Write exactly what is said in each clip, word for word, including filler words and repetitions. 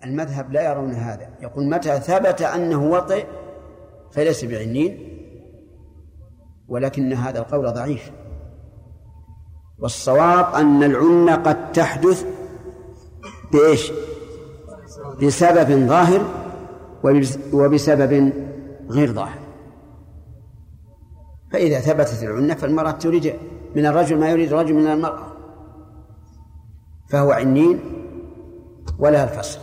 المذهب لا يرون هذا، يقول متى ثبت أنه وطئ فليس بعنين، ولكن هذا القول ضعيف. والصواب أن العنة قد تحدث بإيش؟ بسبب ظاهر وبسبب غير ظاهر. فإذا ثبتت العنة فالمرأة تريد من الرجل ما يريد الرجل من المرأة، فهو عنين ولا الفصل.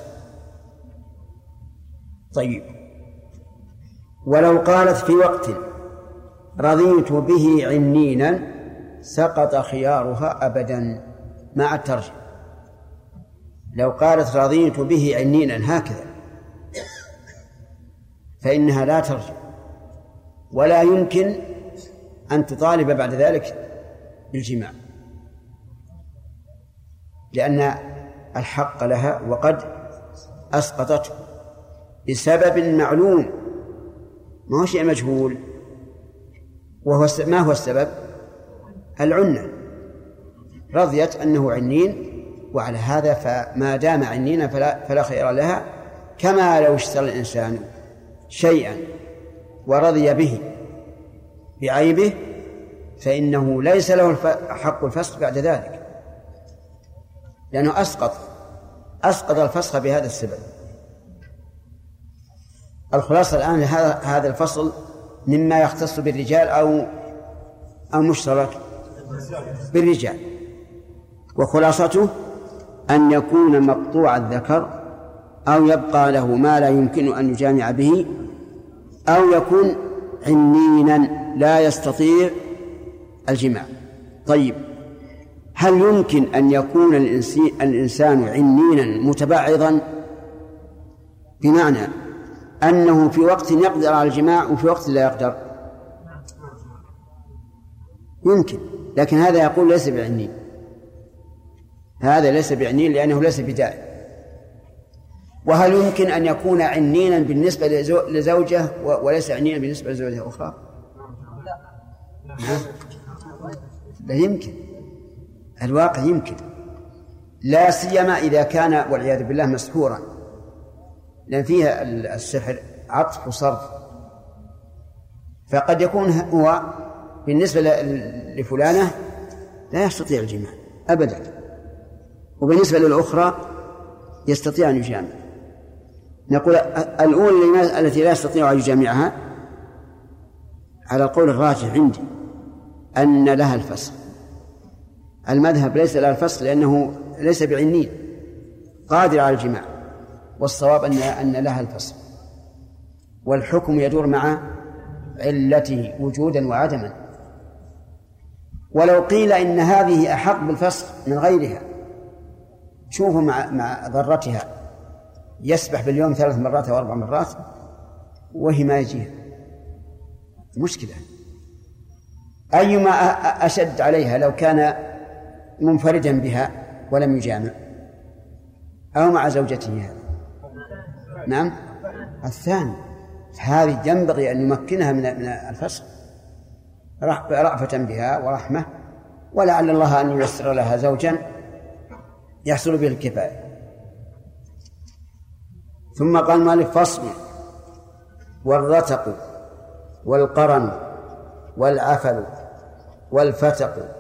طيب، ولو قالت في وقت رضيت به عنينا سقط خيارها أبدا مع الترجمة. لو قالت رضيت به عنينا هكذا فإنها لا ترجع، ولا يمكن أن تطالب بعد ذلك بالجماع، لأن الحق لها وقد أسقطته بسبب معلوم، ما هو شيء مجهول. وهو ما هو السبب؟ العنة. رضيت أنه عنين، وعلى هذا فما دام عنينا فلا, فلا خير لها. كما لو اشترى الإنسان شيئا ورضي به بعيبه فإنه ليس له حق الفسخ بعد ذلك، لأنه أسقط أسقط الفسخ بهذا السبب. الخلاصة الآن هذا هذا الفصل مما يختص بالرجال أو أو مشترك بالرجال، وخلاصته أن يكون مقطوع الذكر أو يبقى له ما لا يمكن أن يجامع به، أو يكون عنينا لا يستطيع الجماع. طيب، هل يمكن أن يكون الإنسان عنينا متبعضا، بمعنى أنه في وقت يقدر على الجماع وفي وقت لا يقدر؟ يمكن، لكن هذا يقول ليس بعنين، هذا ليس بعنين لأنه ليس بداء. وهل يمكن أن يكون عنينا بالنسبة لزوجة وليس عنينا بالنسبة لزوجة أخرى؟ لا يمكن، الواقع يمكن، لا سيما إذا كان والعياذ بالله مسحورا، لأن فيها السحر عطف وصرف، فقد يكون هو بالنسبة لفلانة لا يستطيع الجماع أبدا، وبالنسبة للأخرى يستطيع أن يجامع. نقول الأولى التي لا يستطيع أن يجامعها على القول الراجح عندي أن لها الفسخ. المذهب ليس لها الفسخ لأنه ليس بعنين قادر على الجماع، والصواب أن أن لها الفسخ، والحكم يدور مع علته وجودا وعدما. ولو قيل إن هذه أحق بالفسخ من غيرها، شوفوا مع مع ضرتها يسبح باليوم ثلاث مرات أو أربع مرات وهي ما يجيها مشكلة. أيما أشد عليها لو كان منفردا بها ولم يجامع أو مع زوجته هذا؟ نعم الثاني. هذه ينبغي أن يمكنها من الفسخ رأفة بها ورحمة، ولعل الله أن ييسر لها زوجا يحصل به الكفاية. ثم قال مالك فصل: والرتق والقرن والعفل والفتق.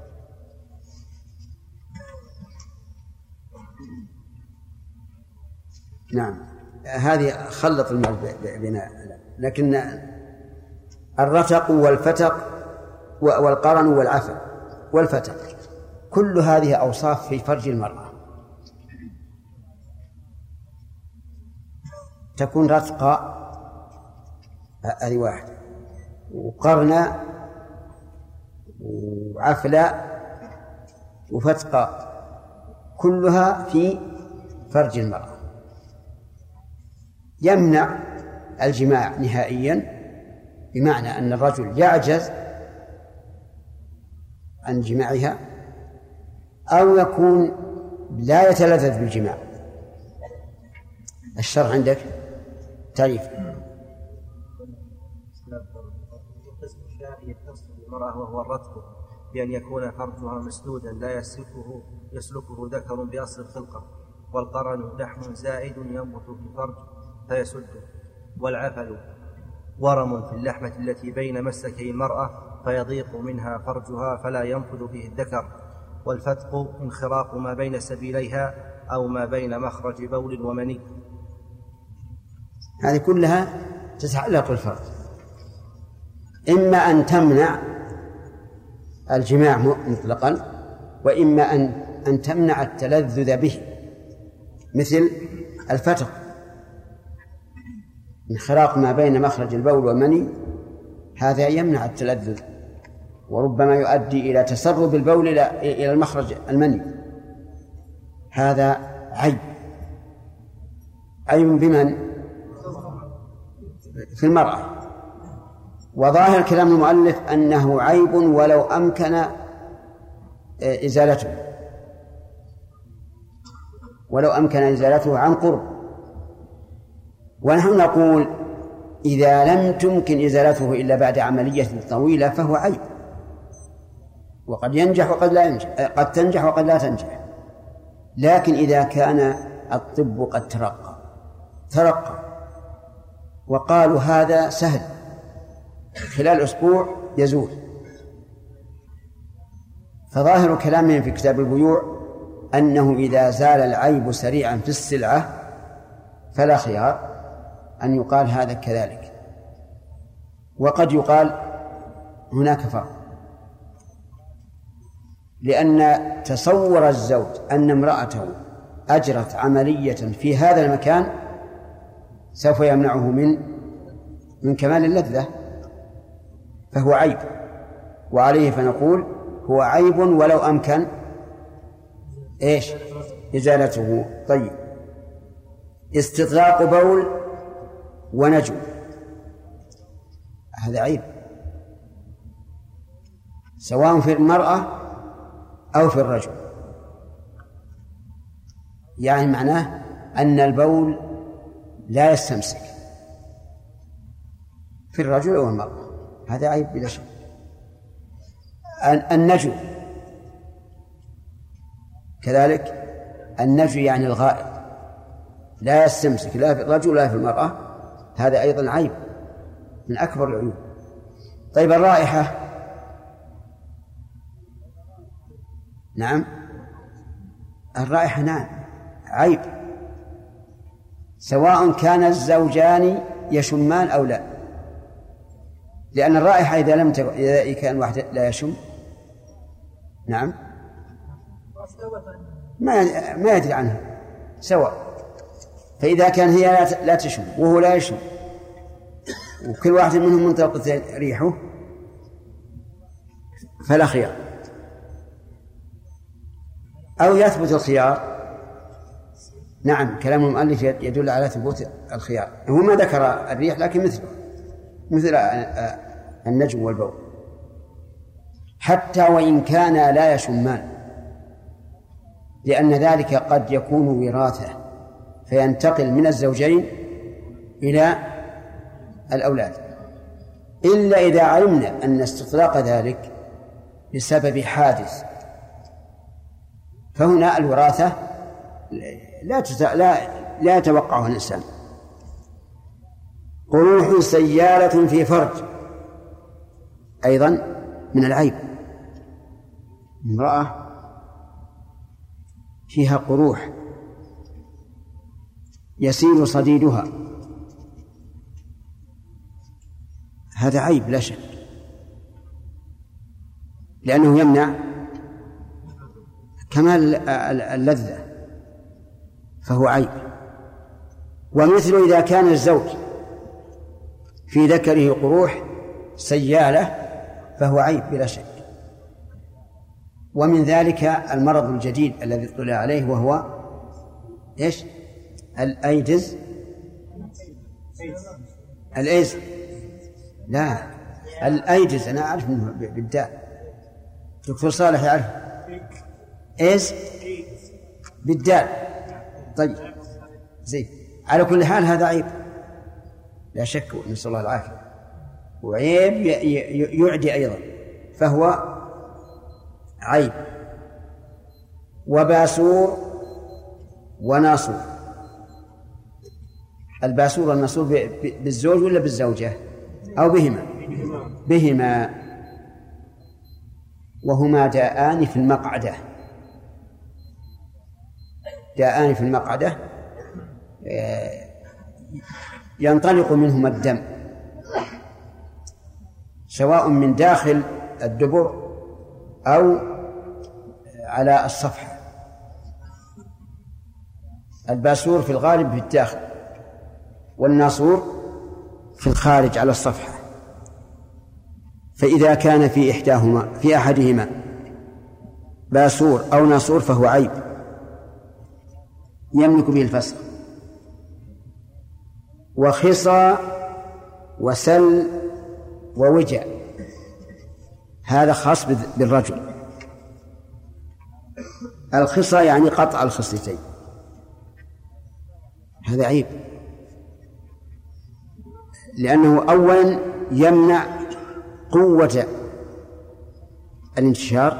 نعم، هذه خلط المال بناء، لكن الرتق والفتق والقرن والعفل والفتق كل هذه أوصاف في فرج المرأة. تكون رتقة هذه واحدة، وقرن وعفلة وفتقة، كلها في فرج المرأة. يمنع الجماع نهائيا، بمعنى أن الرجل يعجز عن جماعها أو يكون لا يتلذذ بالجماع. الشرع عندك تعريف. يتصل المرأة وهو الرتق، بأن يكون فرجها مسدودا لا يسلكه يسلكه ذكر بأصل الخلقة، والقرن لحم زائد ينبت في الفرج فيسده. والعفل ورم في اللحمة التي بين مسكي المرأة فيضيق منها فرجها فلا ينفذ فيه الذكر. والفتق انخراق ما بين سبيليها أو ما بين مخرج بول ومني. هذه كلها تتعلق بالفرج، إما أن تمنع الجماع مطلقا، وإما أن أن تمنع التلذذ به، مثل الفتق انخراق ما بين مخرج البول والمني، هذا يمنع التلذذ وربما يؤدي إلى تسرب البول إلى المخرج المني، هذا عيب. عيب بمن؟ في المرأة. وظاهر كلام المؤلف أنه عيب ولو أمكن إزالته، ولو أمكن إزالته عن قرب. ونحن نقول إذا لم تمكن إزالته إلا بعد عملية طويلة فهو عيب، وقد ينجح وقد لا ينجح، قد تنجح وقد لا تنجح. لكن إذا كان الطب قد ترقى ترقى وقالوا هذا سهل خلال أسبوع يزول، فظاهر كلامهم في كتاب البيوع أنه إذا زال العيب سريعا في السلعة فلا خيار أن يقال هذا كذلك. وقد يقال هناك فرق، لأن تصور الزوج أن امرأته أجرت عملية في هذا المكان سوف يمنعه من من كمال اللذة، فهو عيب، وعليه فنقول هو عيب ولو أمكن إيش إزالته. طيب، استطلاق بول ونجو هذا عيب سواء في المرأة أو في الرجل، يعني معناه أن البول لا يستمسك في الرجل أو المرأة، هذا عيب بلا شك. النجو كذلك، النجو يعني الغائط لا يستمسك لا في الرجل ولا في المرأة، هذا أيضا عيب من أكبر العيوب. طيب، الرائحة نعم الرائحة نعم عيب سواء كان الزوجان يشمان أو لا، لأن الرائحة إذا لم تكن إذا كان واحد لا يشم نعم ما ما يدري عنها سواء. فإذا كان هي لا تشم وهو لا يشم وكل واحد منهم منطلقة ريحه فلا خيار، أو يثبت الخيار. نعم كلام المؤلف يدل على ثبوت الخيار، هو ما ذكر الريح لكن مثله مثل النجم والبول، حتى وإن كان لا يشمان، لأن ذلك قد يكون وراثة فينتقل من الزوجين إلى الأولاد، إلا إذا علمنا أن استطلاق ذلك بسبب حادث، فهنا الوراثة لا لا لا يتوقعها الإنسان. قروح سيالة في فرج أيضا من العيب، امرأة فيها قروح يسيل صديدها، هذا عيب لا شك، لأنه يمنع كمال اللذة فهو عيب. ومثل إذا كان الزوج في ذكره قروح سيالة فهو عيب بلا شك. ومن ذلك المرض الجديد الذي اطلع عليه وهو إيش؟ الأيدز الأيز لا الأيدز أنا أعرف منه بالداء، دكتور صالح يعرف إيز بالدال. طيب زين، على كل حال هذا عيب لا شك، نسأل الله العافية، وعيب يعدي أيضا فهو عيب. وباسور وناصور. الباسور والناصور بالزوج ولا بالزوجة أو بهما؟ بهما. وهما داءان في المقعدة، داءان في المقعدة ينطلق منهما الدم سواء من داخل الدبر أو على الصفحة. الباسور في الغالب في الداخل، والناصور في الخارج على الصفحة. فإذا كان في إحداهما في أحدهما باسور أو ناصور فهو عيب يملك به الفسخ. وخصى وسل ووجع هذا خاص بالرجل. الخصى يعني قطع الخصيتين، هذا عيب، لأنه أولا يمنع قوة الانتشار،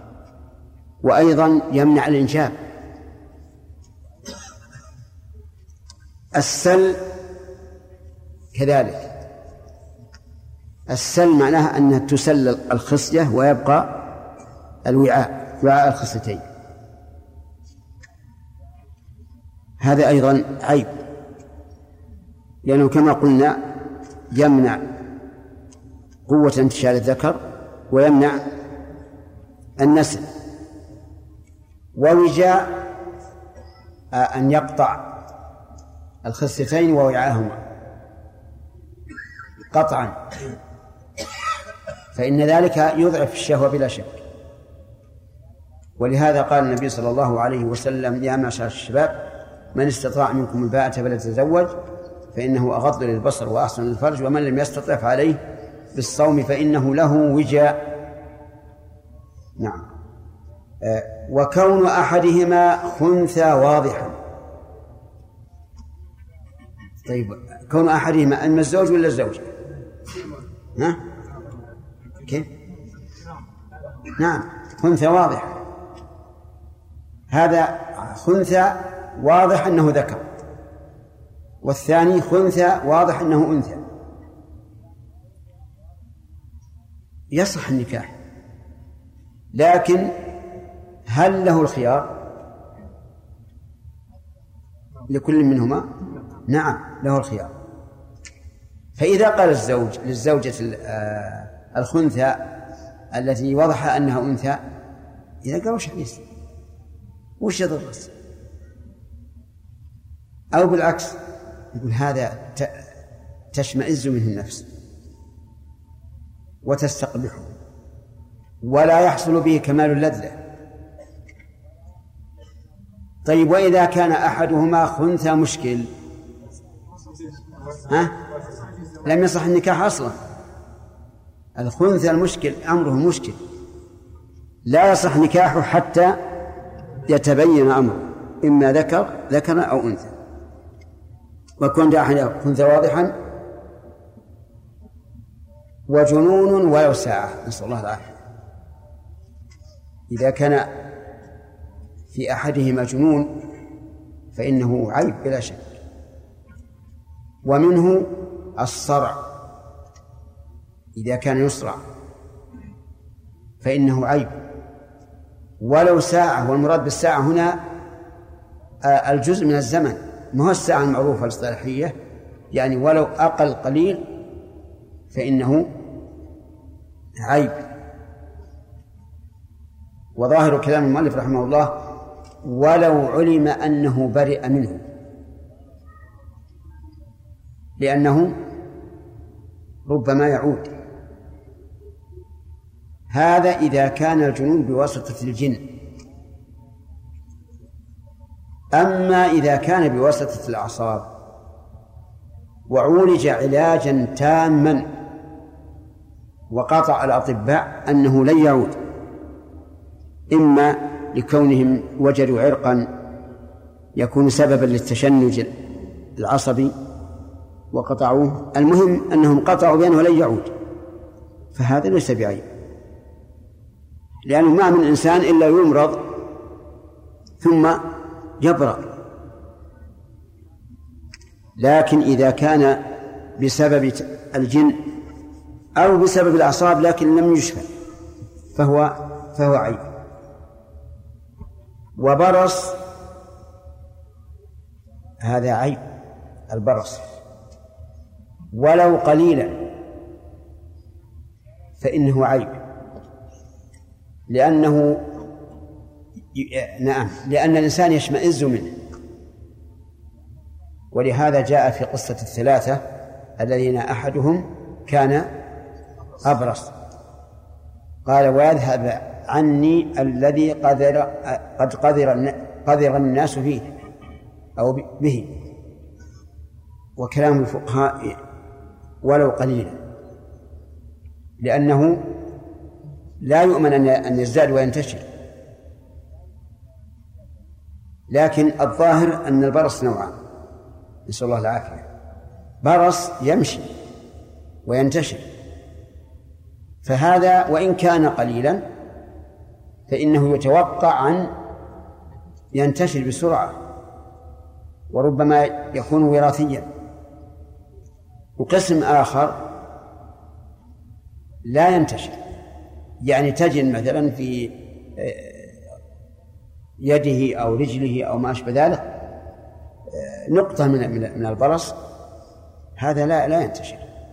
وأيضا يمنع الإنجاب. السل كذلك، السل معناها أنها تسل الخصية ويبقى الوعاء، وعاء الخصيتين، هذا أيضا عيب، لأنه كما قلنا يمنع قوة انتشار الذكر ويمنع النسل. ووجاء أن يقطع الخصيتين ووعاهما قطعا، فإن ذلك يضعف الشهوة بلا شك. ولهذا قال النبي صلى الله عليه وسلم: يا معشر الشباب من استطاع منكم الباءة فليتزوج فإنه أغض للبصر وأحسن للفرج، ومن لم يستطع فعليه بالصوم فإنه له وجاء. نعم. آه وكون أحدهما خنثى واضحا. طيب كون أحدهما أما الزوج ولا الزوجة؟ ها؟ كيف؟ نعم خنثى واضح، هذا خنثى واضح أنه ذكر، والثاني خنثى واضح أنه أنثى. يصح النكاح، لكن هل له الخيار لكل منهما؟ نعم له الخيار. فإذا قال الزوج للزوجة الخنثى التي وضح أنها أنثى: إذا قال وش حبيس وش يضرس، أو بالعكس يقول هذا تشمئز منه النفس وتستقبحه ولا يحصل به كمال اللذة. طيب وإذا كان أحدهما خنثى مشكل، ها؟ لم يصح النكاح أصلا. الخنثى المشكل أمره مشكل، لا يصح نكاحه حتى يتبين أمره، إما ذكر ذكر أو أنثى. وكون أحد خنثى واضحا وجنون ولو ساعة، نسأل الله العافية. إذا كان في أحدهما جنون فإنه عيب بلا شك. ومنه الصرع، إذا كان يصرع فإنه عيب ولو ساعة. والمراد بالساعة هنا الجزء من الزمن، ما هو الساعة المعروفة الاصطلاحية، يعني ولو أقل قليل فإنه عيب. وظاهر كلام المؤلف رحمه الله: ولو علم أنه برئ منه، لأنه ربما يعود. هذا إذا كان الجنون بواسطة الجن. أما إذا كان بواسطة الأعصاب وعولج علاجا تاما وقطع الأطباء أنه لن يعود، إما لكونهم وجدوا عرقا يكون سببا للتشنج العصبي وقطعوه، المهم أنهم قطعوا بأنه لن يعود، فهذا ليس بعيب، لأنه ما من إنسان إلا يمرض ثم يبرأ، لكن إذا كان بسبب الجن أو بسبب الأعصاب لكن لم يشفى فهو فهو عيب. وبرص هذا عيب، البرص ولو قليلا فإنه عيب، لأنه نعم لأن الإنسان يشمئز منه. ولهذا جاء في قصة الثلاثة الذين أحدهم كان أبرص قال ويذهب عني الذي قدر قد قدر قدر الناس فيه أو به. وكلام الفقهاء ولو قليلا، لأنه لا يؤمن أن يزداد وينتشر. لكن الظاهر أن البرص نوعان، نسأل الله العافية. برص يمشي وينتشر، فهذا وإن كان قليلا فإنه يتوقع أن ينتشر بسرعة وربما يكون وراثيا. وقسم آخر لا ينتشر، يعني تجد مثلا في يده أو رجله أو ما أشبه ذلك نقطة من من البرص، هذا لا لا ينتشر.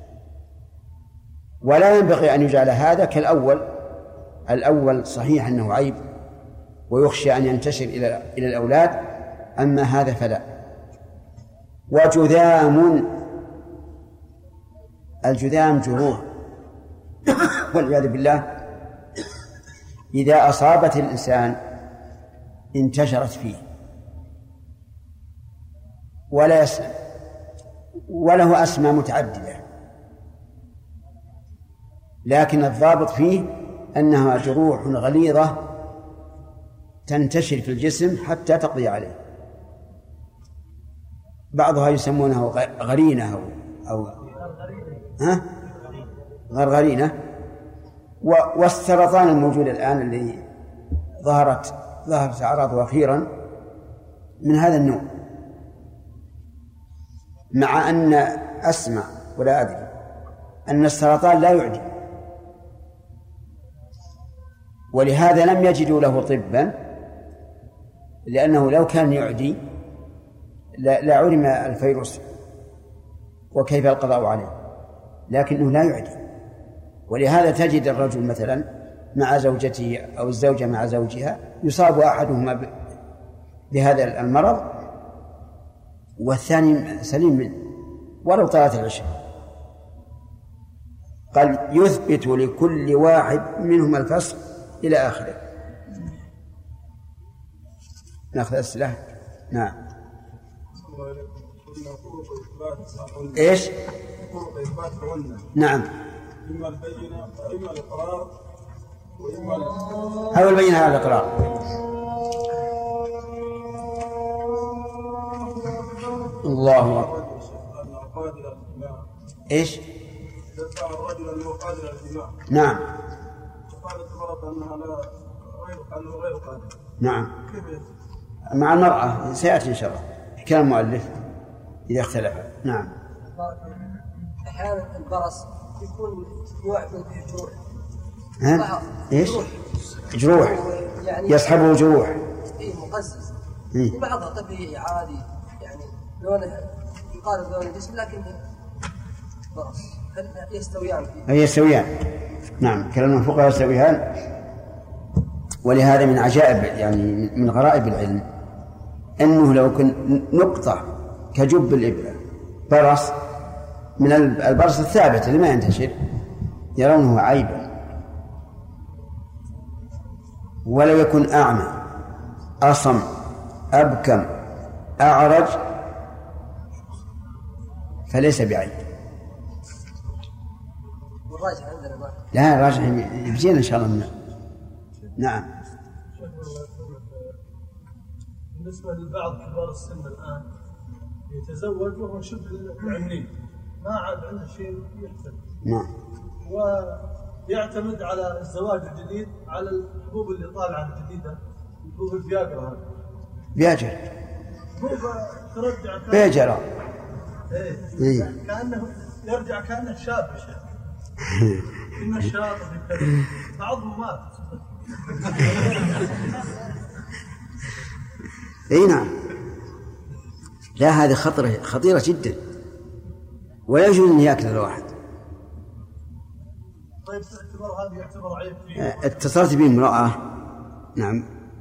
ولا ينبغي أن يجعل هذا كالأول. الأول صحيح أنه عيب ويخشى أن ينتشر إلى إلى الأولاد، أما هذا فلا. وجذام، الجذام جروح والعياذ بالله إذا أصابت الإنسان انتشرت فيه ولا يسلم، وله أسماء متعددة، لكن الضابط فيه أنها جروح غليظة تنتشر في الجسم حتى تقضي عليه. بعضها يسمونه غرينة أو, أو ها؟ غرغرينة. والسرطان الموجود الآن الذي ظهرت ظهرت أعراضه أخيرا من هذا النوع، مع أن أسمع ولا أدري أن السرطان لا يعدي، ولهذا لم يجدوا له طبا، لأنه لو كان يعدي لعلم الفيروس وكيف القضاء عليه، لكنه لا يعدي. ولهذا تجد الرجل مثلا مع زوجته أو الزوجة مع زوجها يصاب أحدهما بهذا المرض والثاني سليم منه ولو طالت العشرة. قال يثبت لكل واحد منهما الفسق إلى آخره. نأخذ السلاح. نعم. إيش؟ نعم. إما البينة وإما الإقرار وإما هو البينة على الإقرار. الله أكبر. إيش؟ يدفع الرجل أنه قادر على الجماع. نعم. وقالت المرأة أنها لا غير أنه غير قادر. نعم. كيف يدفع؟ مع المرأة سيأتي إن شاء الله كلام المؤلف إذا اختلف. نعم. أحيانا البرص يكون واحد فيه جروح. ها؟ إيش؟ جروح. يعني يصحبه جروح. إيه مقزز. إيه؟ وبعضها طبيعي عادي، يعني لونه يقارب لون الجسم لكن برص. هل يستويان فيه؟ هي يستويان. نعم كلام الفقهاء يستويان. ولهذا من عجائب يعني من غرائب العلم أنه لو كن نقطة كجب الإبرة برص من البرص الثابت اللي ما ينتشر يرونه عيبا، ولو يكن أعمى أصم أبكم أعرج فليس بعيب. والراجح عندنا ما لا الراجح يجينا إن شاء الله منه. نعم. بالنسبة لبعض كبار السن الآن يتزوج وهو شبه عني ما عاد عنده شيء يحسن. نعم. ويعتمد على الزواج الجديد على الحبوب اللي طالعة الجديدة، حبوب الفياجرا هذه. فياجرا. حبوب ترجع فياجرا. إيه. كأنه يرجع كأنه شاب يا شيخ. إن الشاب بعضهم مات. اي نعم. لا هذه خطرة خطيرة جدا، ولا يجوز ان ياكل الواحد. طيب تعتبر هذه يعتبر عيب فيه؟ اتصلت به امرأة. نعم.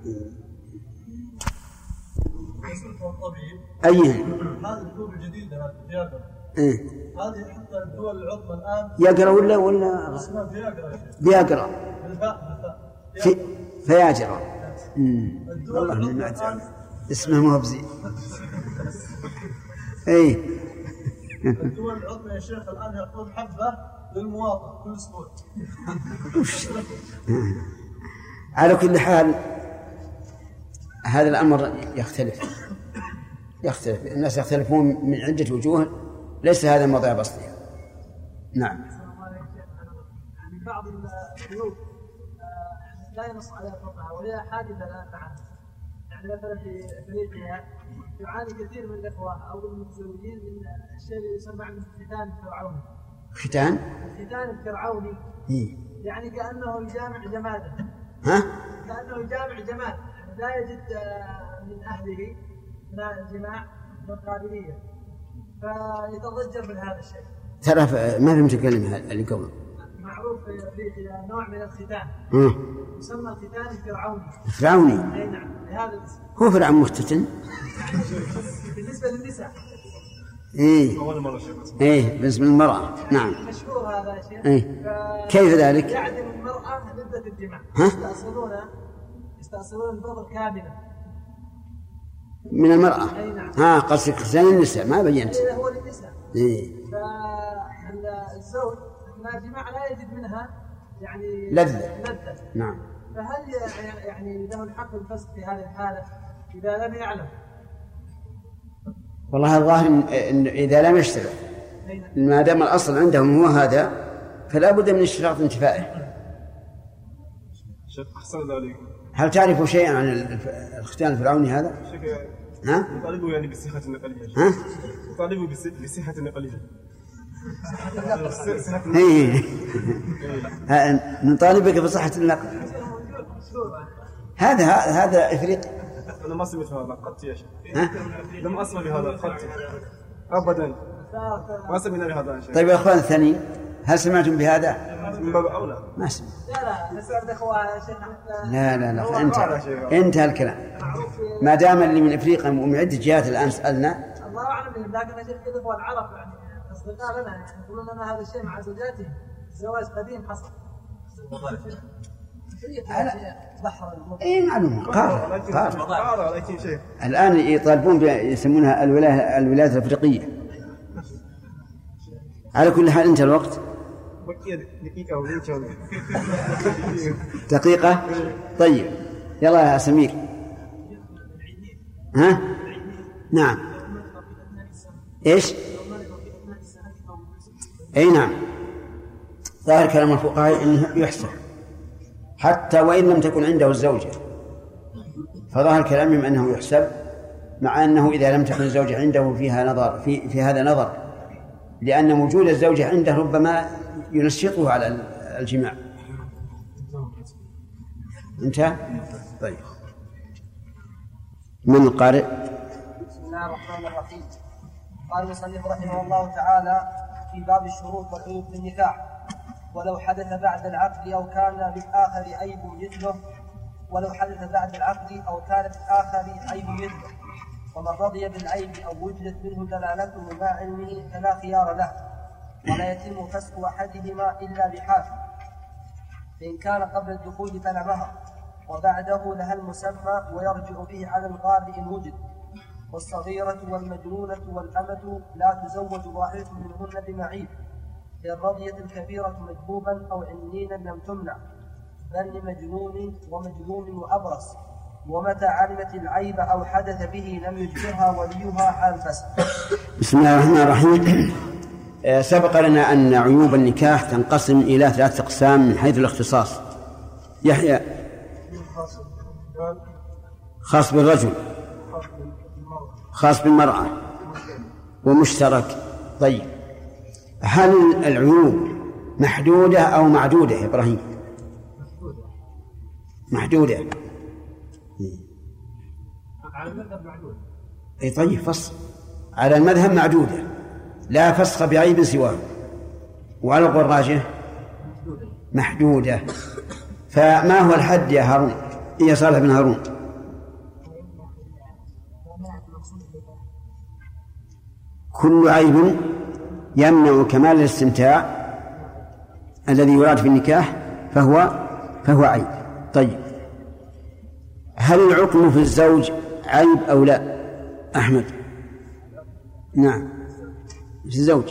الطبيب أي هذه الدول الجديدة هذه فياجرا. إيه؟ هذه حتى الدول العظمى الآن ياجرا ولا ولا اسمها فياجرا يا شيخ. فياجرا بالفاء بالفاء في فياجرا. امم الدول والله العظمى ما الآن أعرف اسمه ما هو بزين. اي الدول العظمى يا شيخ الآن يعطون حبة للمواطن كل أسبوع. على كل حال هذا الأمر يختلف يختلف الناس يختلفون من عدة وجوه، ليس هذا موضع بسطها. نعم. يعني بعض البيوت لا ينص على فقهها وهي حادثة الآن معنا، يعني مثلا في أفريقيا يعاني كثير من الإخوة أو المتزوجين من الشيء اللي يسمى عنه الختان الفرعوني. ختان؟ الختان الفرعوني. إيه؟ يعني كأنه يجامع جماده. ها؟ كأنه يجامع جماد، يعني لا يجد من أهله من الجماع والقابلية، فيتضجر من هذا الشيء. ترى ما فهمت الكلمة اللي قبل. معروف في أفريقيا نوع من الختان يسمى الختان الفرعوني. فرعوني؟ أي نعم بهذا الاسم. هو فرعون مختتن؟ بالنسبة للنساء. إيه إيه بالنسبة للمرأة. نعم. مشهور هذا يا شيخ. إيه. كيف ذلك؟ يعدم المرأة لذة الجماع. ها؟ يستأصلون يستأصلون البضر كاملا من المرأة. أي نعم. ها قصدك ختان النساء ما بينت. إيه هو للنساء. إيه. فالزوج ما جماع لا يجد منها يعني لذة. لذة. نعم. فهل يعني له الحق الفسخ في هذه الحالة إذا لم يعلم؟ والله الظاهر إن إذا لم يشترط ما دام الأصل عندهم هو هذا فلا بد من اشتراط انتفائه. أحسن ذلك. هل تعرف شيئا عن الختان الفرعوني هذا؟ ها؟ نطالبه يعني بصحة النقلية. ها؟ نطالبه بصحة النقلية. إيه. نطالبك بصحة النقل. هذا هذا إفريقي. أنا ما سمعت هذا قط يا شيخ. ها؟ لم أسمع بهذا قط أبدا. ما سمعنا بهذا شيء. طيب يا أخوان الثانيين هل سمعتم بهذا؟ من باب أولى. ما سمعت. لا لا نسأل إخوة شيخ. لا لا لا انتهى انتهى الكلام. ما دام اللي من أفريقيا ومن عدة جهات الآن سألنا. الله أعلم بهم، لكن يا شيخ كذا إخوة العرب يعني أصدقاء لنا يعني يقولون لنا هذا الشيء مع زوجاتهم زواج قديم حصل. اي معلومه قارة قارة الان يطالبون يسمونها الولايه الولايات الافريقيه. على كل حال انتهى الوقت. دقيقه. طيب يلا يا سمير. ها نعم ايش اي نعم ظاهر كلام الفقهاء انه يحسن حتى وإن لم تكن عنده الزوجة، فظاهر كلامهم أنه يحسب، مع أنه إذا لم تكن الزوجة عنده فيها نظر في, في هذا نظر، لأن وجود الزوجة عنده ربما ينشطه على الجماع. انتهى؟ طيب من القارئ؟ بسم الله الرحمن الرحيم. قال المصنف رحمه الله تعالى في باب الشروط والعيوب في النكاح: ولو حدث بعد العقد أو كان للآخر عيب مثله ولو حدث بعد العقد أو كان للآخر عيب مثله ومن رضي بالعيب أو وجدت منه دلالته مع علمه فلا خيار له، ولا يتم فسخ أحدهما إلا بحال، فإن كان قبل الدخول فلا مهر، وبعده لها المسمى ويرجع به على الغالب إن وجد. والصغيرة والمجنونة والأمة لا تزوج واحدة منهن بمعيب، إن رضيت الكبيرة مجبوبا أو عنينا لم تمنع، بل لمجنون ومجنون وأبرص، ومتى علمت العيب أو حدث به لم يجبرها وليها على الفسق. بسم الله الرحمن الرحيم. سبق لنا أن عيوب النكاح تنقسم إلى ثلاثة أقسام من حيث الاختصاص. يحيى خاص بالرجل، خاص بالمرأة، ومشترك. طيب، هل العيوب محدودة أو معدودة يا إبراهيم؟ محدودة. على المذهب معدودة. أي طيب، فصل على المذهب معدودة، لا فسخ بعيب سواه. وعلى القول الراجح محدودة. فما هو الحد يا هارون، يا صالح بن هارون؟ كل عيب يمنع كمال الاستمتاع الذي يراد في النكاح فهو فهو عيب. طيب، هل العقم في الزوج عيب أو لا؟ أحمد. نعم، في الزوج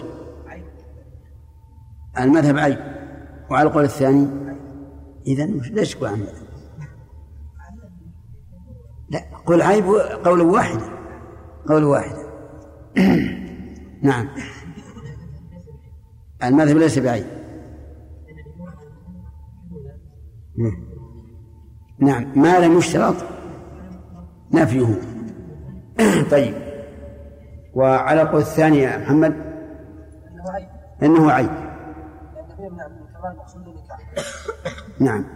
المذهب عيب، وعلى القول الثاني إذن ليش تقول عن المذهب؟ لا، قول عيب قول واحد، قول واحد. نعم، المذهب ليس بعيب. نعم، ما لم يشترط نفيه. طيب، وعلى القول الثاني يا محمد إنه عيب. نعم،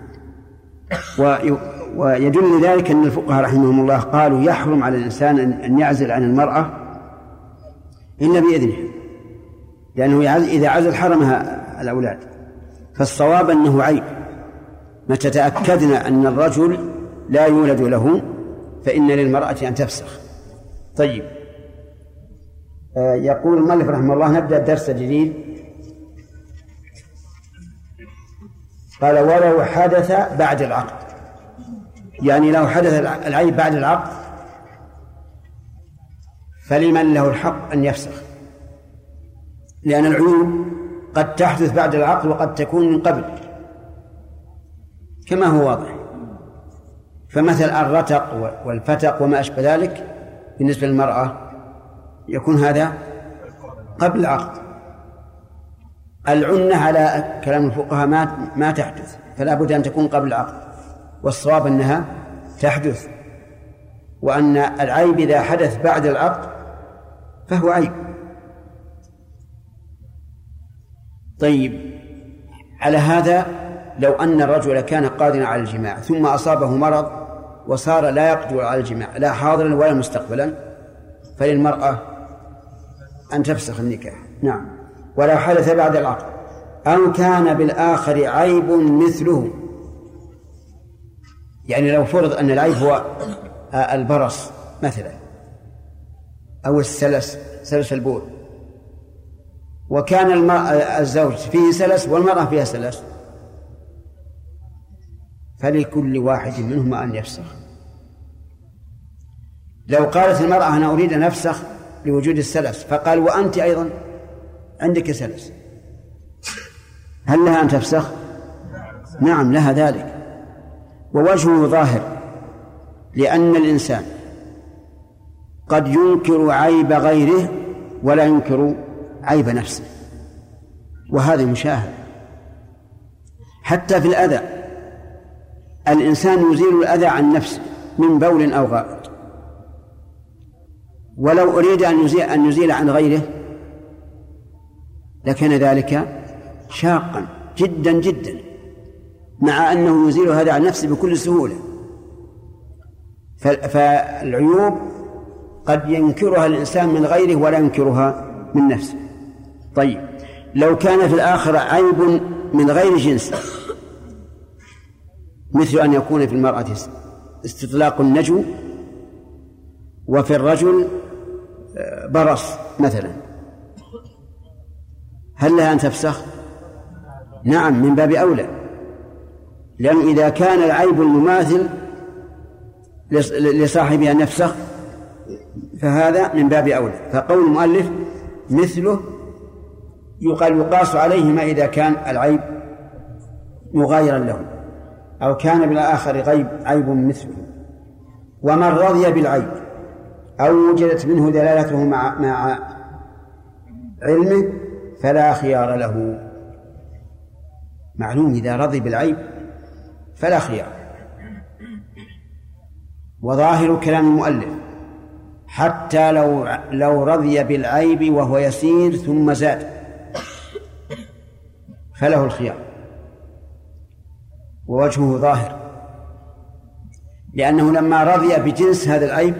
ويدل ذلك أن الفقهاء رحمهم الله قالوا يحرم على الإنسان أن يعزل عن المرأة إلا بإذنه، لأنه إذا عزل حرمها الأولاد. فالصواب أنه عيب. متى تأكدنا أن الرجل لا يولد له فإن للمرأة أن تفسخ. طيب، آه يقول المؤلف رحمه الله: نبدأ الدرس الجديد. قال: ولو حدث بعد العقد، يعني لو حدث العيب بعد العقد فلمن له الحق أن يفسخ، لأن العيوب قد تحدث بعد العقد وقد تكون من قبل كما هو واضح. فمثل الرتق والفتق وما أشبه ذلك بالنسبة للمرأة يكون هذا قبل العقد. العنة على كلام الفقهاء ما ما تحدث، فلا بد أن تكون قبل العقد، والصواب أنها تحدث، وأن العيب إذا حدث بعد العقد فهو عيب. طيب، على هذا لو أن الرجل كان قادرا على الجماع ثم أصابه مرض وصار لا يقدر على الجماع لا حاضرا ولا مستقبلا فللمرأة أن تفسخ النكاح. نعم، ولو حدث بعد العقد أو كان بالآخر عيب مثله، يعني لو فرض أن العيب هو البرص مثلا أو السلس، سلس البول، وكان الزوج فيه سلس والمرأة فيها سلس، فلكل واحد منهما أن يفسخ. لو قالت المرأة: أنا أريد أن أفسخ لوجود السلس، فقال: وأنت أيضا عندك سلس، هل لها أن تفسخ؟ نعم، لها ذلك. ووجهه ظاهر، لأن الإنسان قد ينكر عيب غيره ولا ينكر عيب نفسه، وهذا مشاهد. حتى في الأذى، الإنسان يزيل الأذى عن نفسه من بول أو غائط، ولو أريد أن يزيل, أن يزيل عن غيره لكان ذلك شاقا جدا جدا، مع أنه يزيل هذا عن نفسه بكل سهولة. فالعيوب قد ينكرها الإنسان من غيره ولا ينكرها من نفسه. طيب، لو كان في الآخر عيب من غير جنس، مثل أن يكون في المرأة استطلاق النجو وفي الرجل برص مثلا، هل لها أن تفسخ؟ نعم، من باب أولى، لأنه إذا كان العيب المماثل لصاحبها نفسه فهذا من باب أولى. فقول المؤلف مثله يقال يقاس عليه ما إذا كان العيب مغايرا له أو كان بالآخر غيب عيب مثله. ومن رضي بالعيب أو وجدت منه دلالته مع, مع علمه فلا خيار له. معلوم إذا رضي بالعيب فلا خيار. وظاهر كلام المؤلف حتى لو لو رضي بالعيب وهو يسير ثم زاد فله الخيار، ووجهه ظاهر، لأنه لما رضي بجنس هذا العيب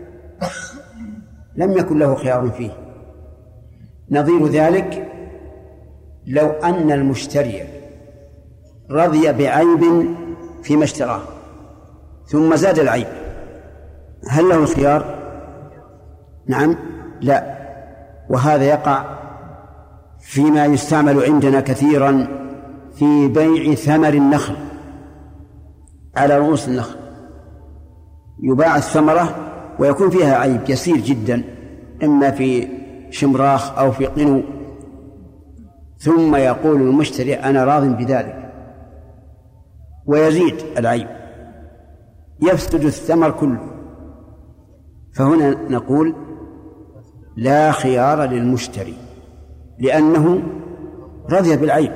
لم يكن له خيار فيه. نظير ذلك لو أن المشتري رضي بعيب فيما اشتراه ثم زاد العيب، هل له الخيار؟ نعم، لا. وهذا يقع فيما يستعمل عندنا كثيرا في بيع ثمر النخل على رؤوس النخل، يباع الثمرة ويكون فيها عيب يسير جدا، إما في شمراخ أو في قنو، ثم يقول المشتري أنا راض بذلك ويزيد العيب يفسد الثمر كله، فهنا نقول لا خيار للمشتري لأنه رضي بالعيب.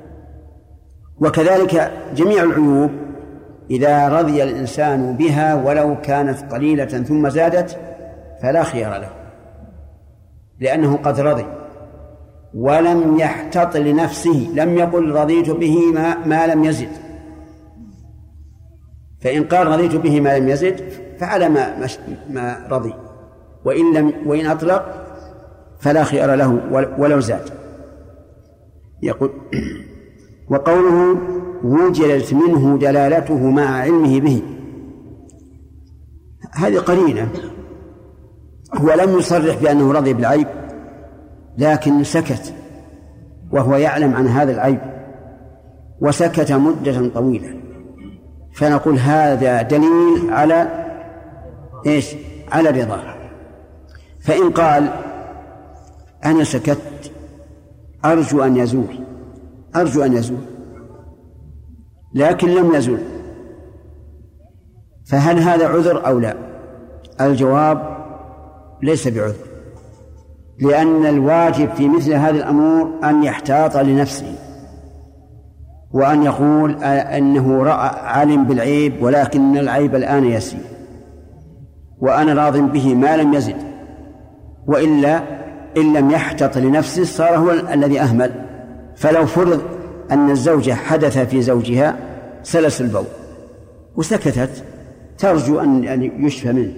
وكذلك جميع العيوب إذا رضي الإنسان بها ولو كانت قليلة ثم زادت فلا خيار له، لأنه قد رضي ولم يحتط لنفسه، لم يقل رضيت به ما, ما لم يزد، فإن قال رضيت به ما لم يزد فعلى ما, ما رضي، وإن, لم وإن أطلق فلا خيار له ولو زاد. يقول وقوله وجدت منه دلالته مع علمه به، هذه قرينة، هو لم يصرح بأنه رضي بالعيب لكن سكت وهو يعلم عن هذا العيب وسكت مدة طويلة، فنقول هذا دليل على إيش؟ على الرضا. فإن قال أنا سكت أرجو أن يزول أرجو أن يزول لكن لم يزول، فهل هذا عذر أو لا؟ الجواب ليس بعذر، لأن الواجب في مثل هذه الأمور أن يحتاط لنفسه وأن يقول أنه رأى علم بالعيب ولكن العيب الآن يسير وأنا راض به ما لم يزد، وإلا إن لم يحتط لنفسه صار هو الذي أهمل. فلو فرض أن الزوجة حدث في زوجها سلس البول وسكتت ترجو أن يشفى منه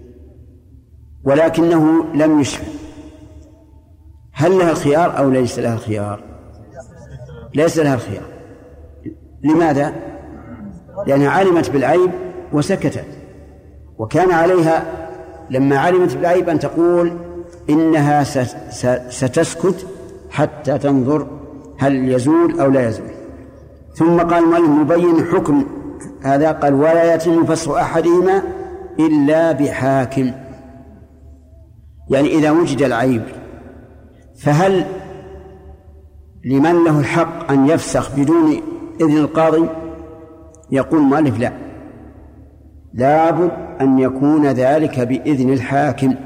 ولكنه لم يشفى، هل لها الخيار أو ليس لها الخيار؟ ليس لها الخيار. لماذا؟ لأنها علمت بالعيب وسكتت، وكان عليها لما علمت بالعيب أن تقول إنها ستسكت حتى تنظر هل يزول أو لا يزول. ثم قال المؤلف مبين حكم هذا، قال ولا يتم فسخ أحدهما إلا بحاكم، يعني إذا وجد العيب فهل لمن له الحق أن يفسخ بدون إذن القاضي؟ يقول المؤلف لا، لابد أن يكون ذلك بإذن الحاكم،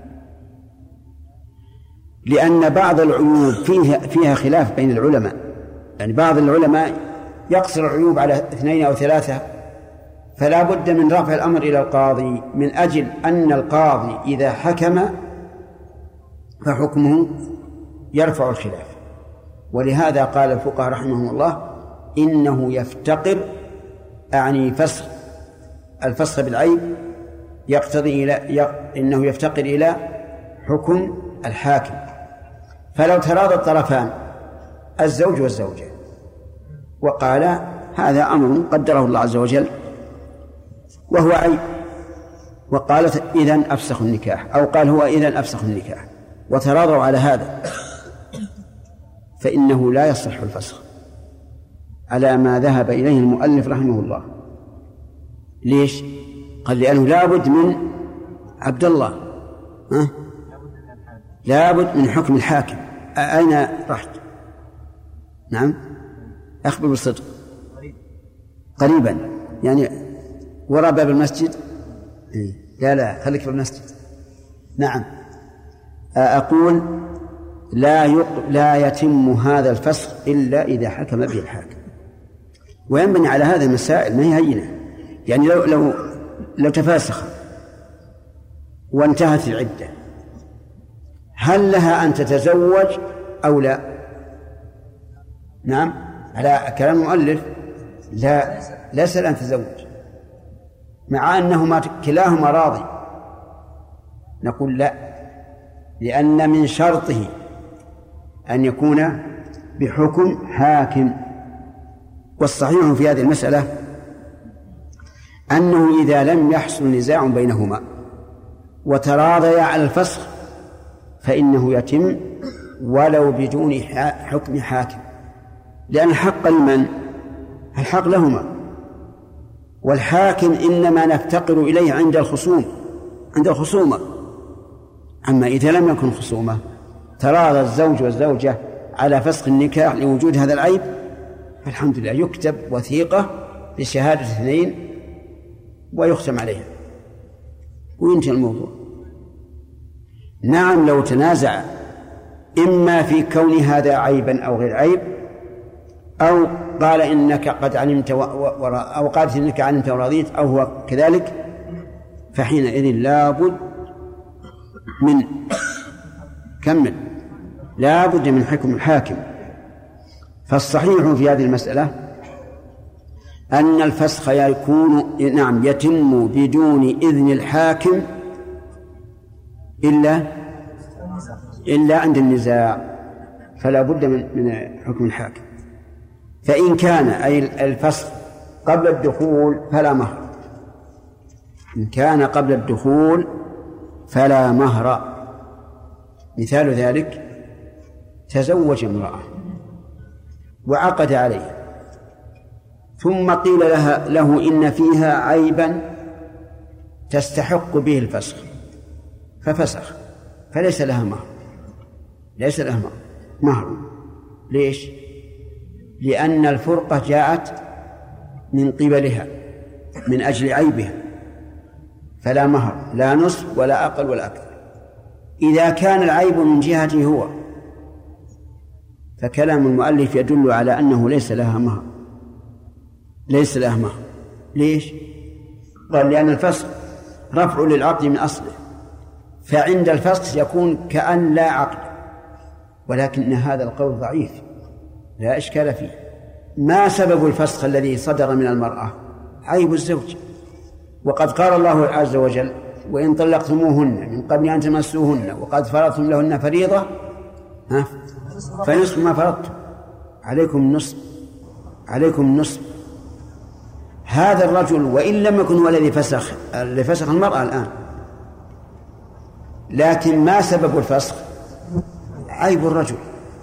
لأن بعض العيوب فيها, فيها خلاف بين العلماء، يعني بعض العلماء يقصر العيوب على اثنين أو ثلاثة، فلا بد من رفع الأمر إلى القاضي من أجل أن القاضي إذا حكم فحكمه يرفع الخلاف. ولهذا قال الفقهاء رحمهم الله إنه يفتقر، أعني فسخ الفسخ بالعيب يقتضي إلى إنه يفتقر إلى حكم الحاكم. فلو تراضى الطرفان الزوج والزوجة وقال هذا أمر قدره الله عز وجل وهو عيب، وقالت إذن أفسخ النكاح، أو قال هو إذن أفسخ النكاح، وتراضوا على هذا، فإنه لا يصح الفسخ على ما ذهب إليه المؤلف رحمه الله. ليش؟ قال لأنه لابد من عبد الله، ها؟ لابد من حكم الحاكم. أين رحت؟ نعم أخبر بالصدق. قريبا يعني وراء باب المسجد؟ لا لا خليك في المسجد. نعم أقول لا يق... لا يتم هذا الفسخ إلا إذا حكم به الحاكم. وينبني على هذه المسائل ما هي هينة، يعني لو لو لو تفاسخ وانتهت العدة، هل لها أن تتزوج أو لا؟ نعم، على كلام المؤلف لا، ليس لها أن تتزوج، مع أنهما كلاهما راضي. نقول لا، لأن من شرطه أن يكون بحكم حاكم. والصحيح في هذه المسألة أنه إذا لم يحصل نزاع بينهما وتراضيا على الفسخ فإنه يتم ولو بدون حكم حاكم، لأن الحق لمن؟ الحق لهما، والحاكم إنما نفتقر إليه عند الخصوم عند الخصومة. أما إذا لم يكن خصومة تراضى الزوج والزوجة على فسخ النكاح لوجود هذا العيب، فالحمد لله يكتب وثيقة بشهادة اثنين ويختم عليها وينتهي الموضوع. نعم، لو تنازع إما في كون هذا عيبا أو غير عيب، أو قال إنك قد علمت أو قالت إنك علمت ورضيت أو هو كذلك، فحينئذ لابد من كمل لابد من حكم الحاكم. فالصحيح في هذه المسألة أن الفسخ يكون نعم يتم بدون إذن الحاكم إلا إلا عند النزاع، فلا بد من من حكم الحاكم. فإن كان أي الفسخ قبل الدخول فلا مهر، إن كان قبل الدخول فلا مهر. مثال ذلك تزوج امرأة وعقد عليها ثم قيل لها له إن فيها عيبا تستحق به الفسخ ففسخ، فليس لها مهر، ليس لها مهر. ليش؟ لأن الفرقة جاءت من قبلها من أجل عيبها، فلا مهر، لا نصف ولا أقل ولا أكثر. إذا كان العيب من جهته هو فكلام المؤلف يدل على أنه ليس لها مهر، ليس لها مهر. ليش؟ قال لأن الفسخ رفع للعقد من أصله، فعند الفسخ يكون كأن لا عقد، ولكن هذا القول ضعيف لا إشكال فيه. ما سبب الفسخ الذي صدر من المرأة؟ عيب الزوج، وقد قال الله عز وجل وإن طلقتموهن من قبل أن تمسوهن وقد فرضتم لهن فريضة ها فنصف ما فرضتم، عليكم النصف، عليكم النصف. هذا الرجل وإن لم يكن هو الذي فسخ الذي فسخ المرأة الآن، لكن ما سبب الفسخ؟ عيب الرجل.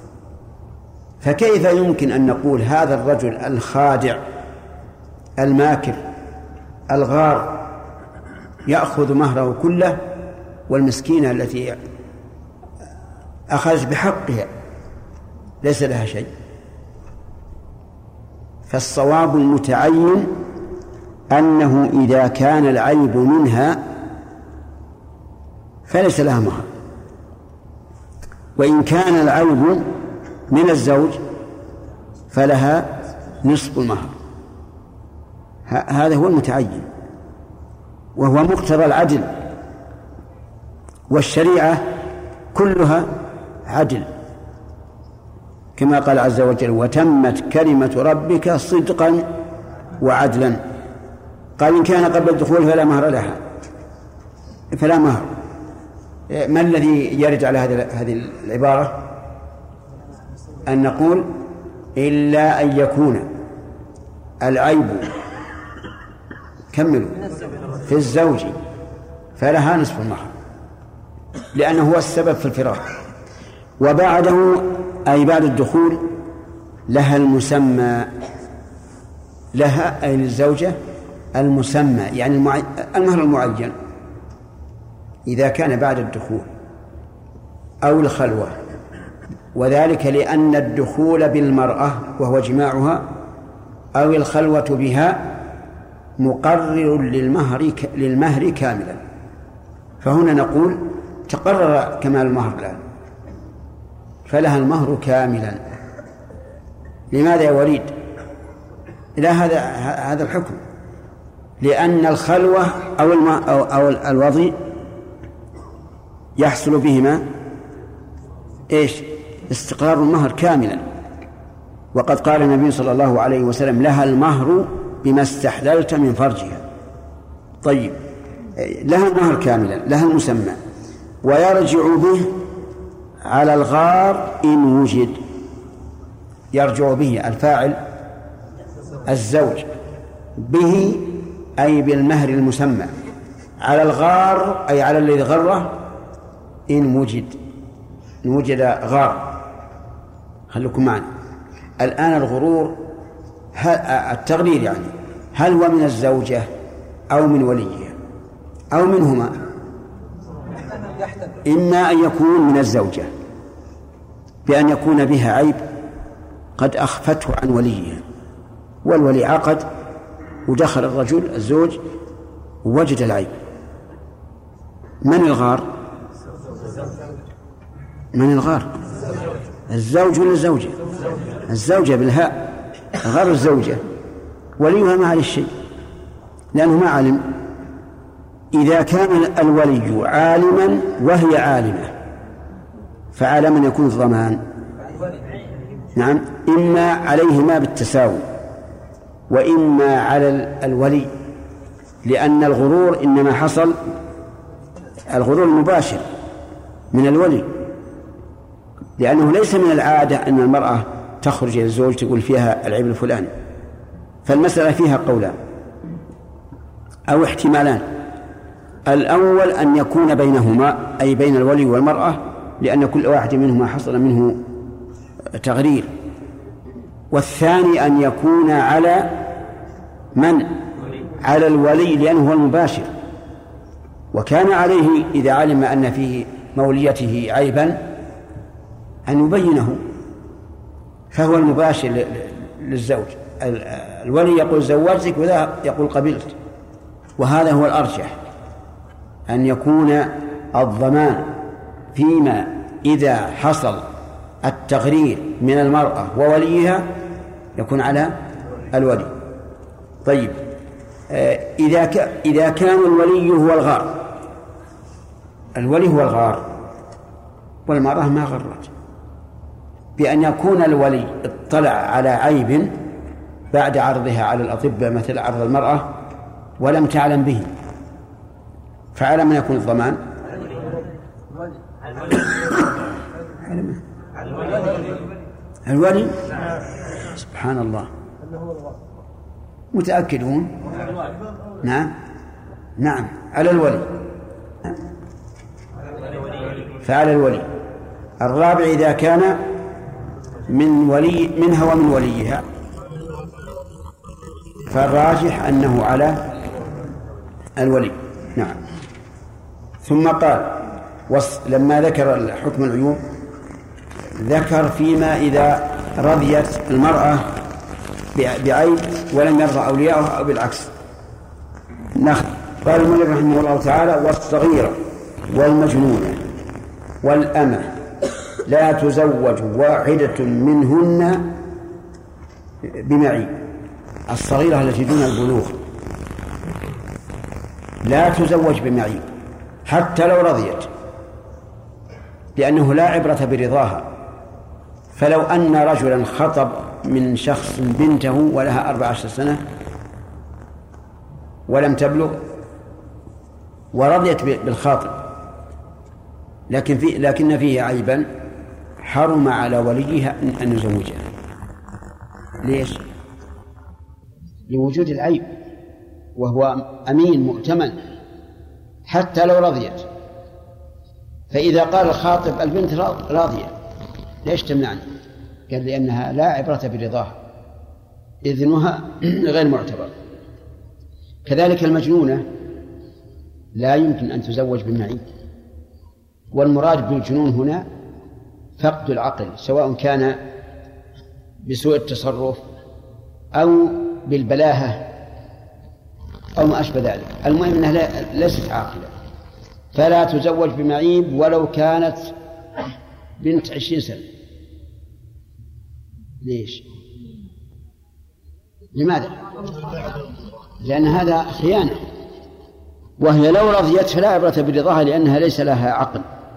فكيف يمكن أن نقول هذا الرجل الخادع الماكر الغار يأخذ مهره كله، والمسكينة التي أخذت بحقها ليس لها شيء؟ فالصواب المتعين أنه إذا كان العيب منها فليس لها مهر، وإن كان العيب من الزوج فلها نصف المهر. هذا هو المتعين، وهو مقتضى العدل، والشريعة كلها عدل، كما قال عز وجل وتمت كلمة ربك صدقا وعدلا. قال إن كان قبل الدخول فلا مهر لها، فلا مهر. ما الذي يرد على هذه العبارة؟ أن نقول إلا أن يكون العيب كملوا في الزوج فلها نصف المهر، لأنه هو السبب في الفراق. وبعده أي بعد الدخول لها المسمى، لها أي للزوجة المسمى، يعني المعي... المهر المعين إذا كان بعد الدخول أو الخلوة، وذلك لأن الدخول بالمرأة وهو جماعها أو الخلوة بها مقرر للمهر للمهر كاملا. فهنا نقول تقرر كمال المهر الآن، فلها المهر كاملا. لماذا يا وليد؟ إلى هذا هذا الحكم، لأن الخلوة أو الم... أو, أو الوضيء يحصل بهما إيش؟ استقرار المهر كاملا. وقد قال النبي صلى الله عليه وسلم لها المهر بما استحللت من فرجها. طيب، لها المهر كاملا، لها المسمى، ويرجع به على الغار إن وجد. يرجع به الفاعل الزوج، به أي بالمهر المسمى، على الغار أي على الذي غره إن وجد، إن وجد غار. خلوكم معنا الآن. الغرور التغرير يعني هل هو من الزوجة أو من وليها أو منهما؟ إما أن يكون من الزوجة بأن يكون بها عيب قد أخفته عن وليها، والولي عقد ودخل الرجل الزوج ووجد العيب. من الغار؟ من الغار؟ الزوج ولا الزوجة؟ الزوجة بالهاء، غار الزوجة، وليها ما عليه الشيء لأنه ما علم. إذا كان الولي عالما وهي عالمة فعلى من يكون الضمان؟ نعم، إما عليهما بالتساوي وإما على الولي، لأن الغرور إنما حصل الغرور المباشر من الولي، لأنه ليس من العادة أن المرأة تخرج إلى الزوج تقول فيها العيب الفلاني. فالمسألة فيها قولان أو احتمالان. الأول أن يكون بينهما أي بين الولي والمرأة، لأن كل واحد منهما حصل منه تغرير. والثاني أن يكون على من؟ على الولي، لأنه هو المباشر، وكان عليه إذا علم أن فيه موليته عيبا أن يبينه، فهو المباشر للزوج. الولي يقول زوجتك ولا يقول قبلت، وهذا هو الأرجح، أن يكون الضمان فيما إذا حصل التغرير من المرأة ووليها يكون على الولي. طيب، إذا إذا كان الولي هو الغار، الولي هو الغار والمرأة ما غرت، بأن يكون الولي اطلع على عيب بعد عرضها على الأطباء مثل عرض المرأة ولم تعلم به، فعلى من يكون الضمان؟ الولي. سبحان الله، متأكدون؟ نعم نعم على الولي، فعلى الولي. الرابع إذا كان من ولي منها ومن وليها، فالراجح أنه على الولي. نعم. ثم قال لما ذكر حكم العيوب ذكر فيما إذا رضيت المرأة بعيب ولم يرضى أولياؤها أو بالعكس. نخ قال المؤلف رحمه الله تعالى: والصغيرة والمجنونة والأمة لا تزوج واحدة منهن بمعيب. الصغيرة التي دون البلوغ لا تزوج بمعيب حتى لو رضيت، لأنه لا عبرة برضاها. فلو أن رجلا خطب من شخص بنته ولها أربع عشر سنة ولم تبلغ ورضيت بالخاطب لكن في لكن فيه عيبا، حرم على وليها أن يزوجها. ليش؟ لوجود العيب، وهو أمين مؤتمن حتى لو رضيت. فإذا قال الخاطب البنت راضية ليش تمنعني؟ قال لأنها لا عبرة برضاها، إذنها غير معتبر. كذلك المجنونة لا يمكن أن تزوج بالمعيب، والمراد بالجنون هنا فقد العقل، سواء كان بسوء التصرف أو بالبلاهة أو ما أشبه ذلك. المهم أنها ليست عاقلة، فلا تزوج بمعيب ولو كانت بنت عشرين سنة. ليش؟ لماذا؟ لأن هذا خيانة، وهي لو رضيت فلا عبرة برضاها لأنها ليس لها عقل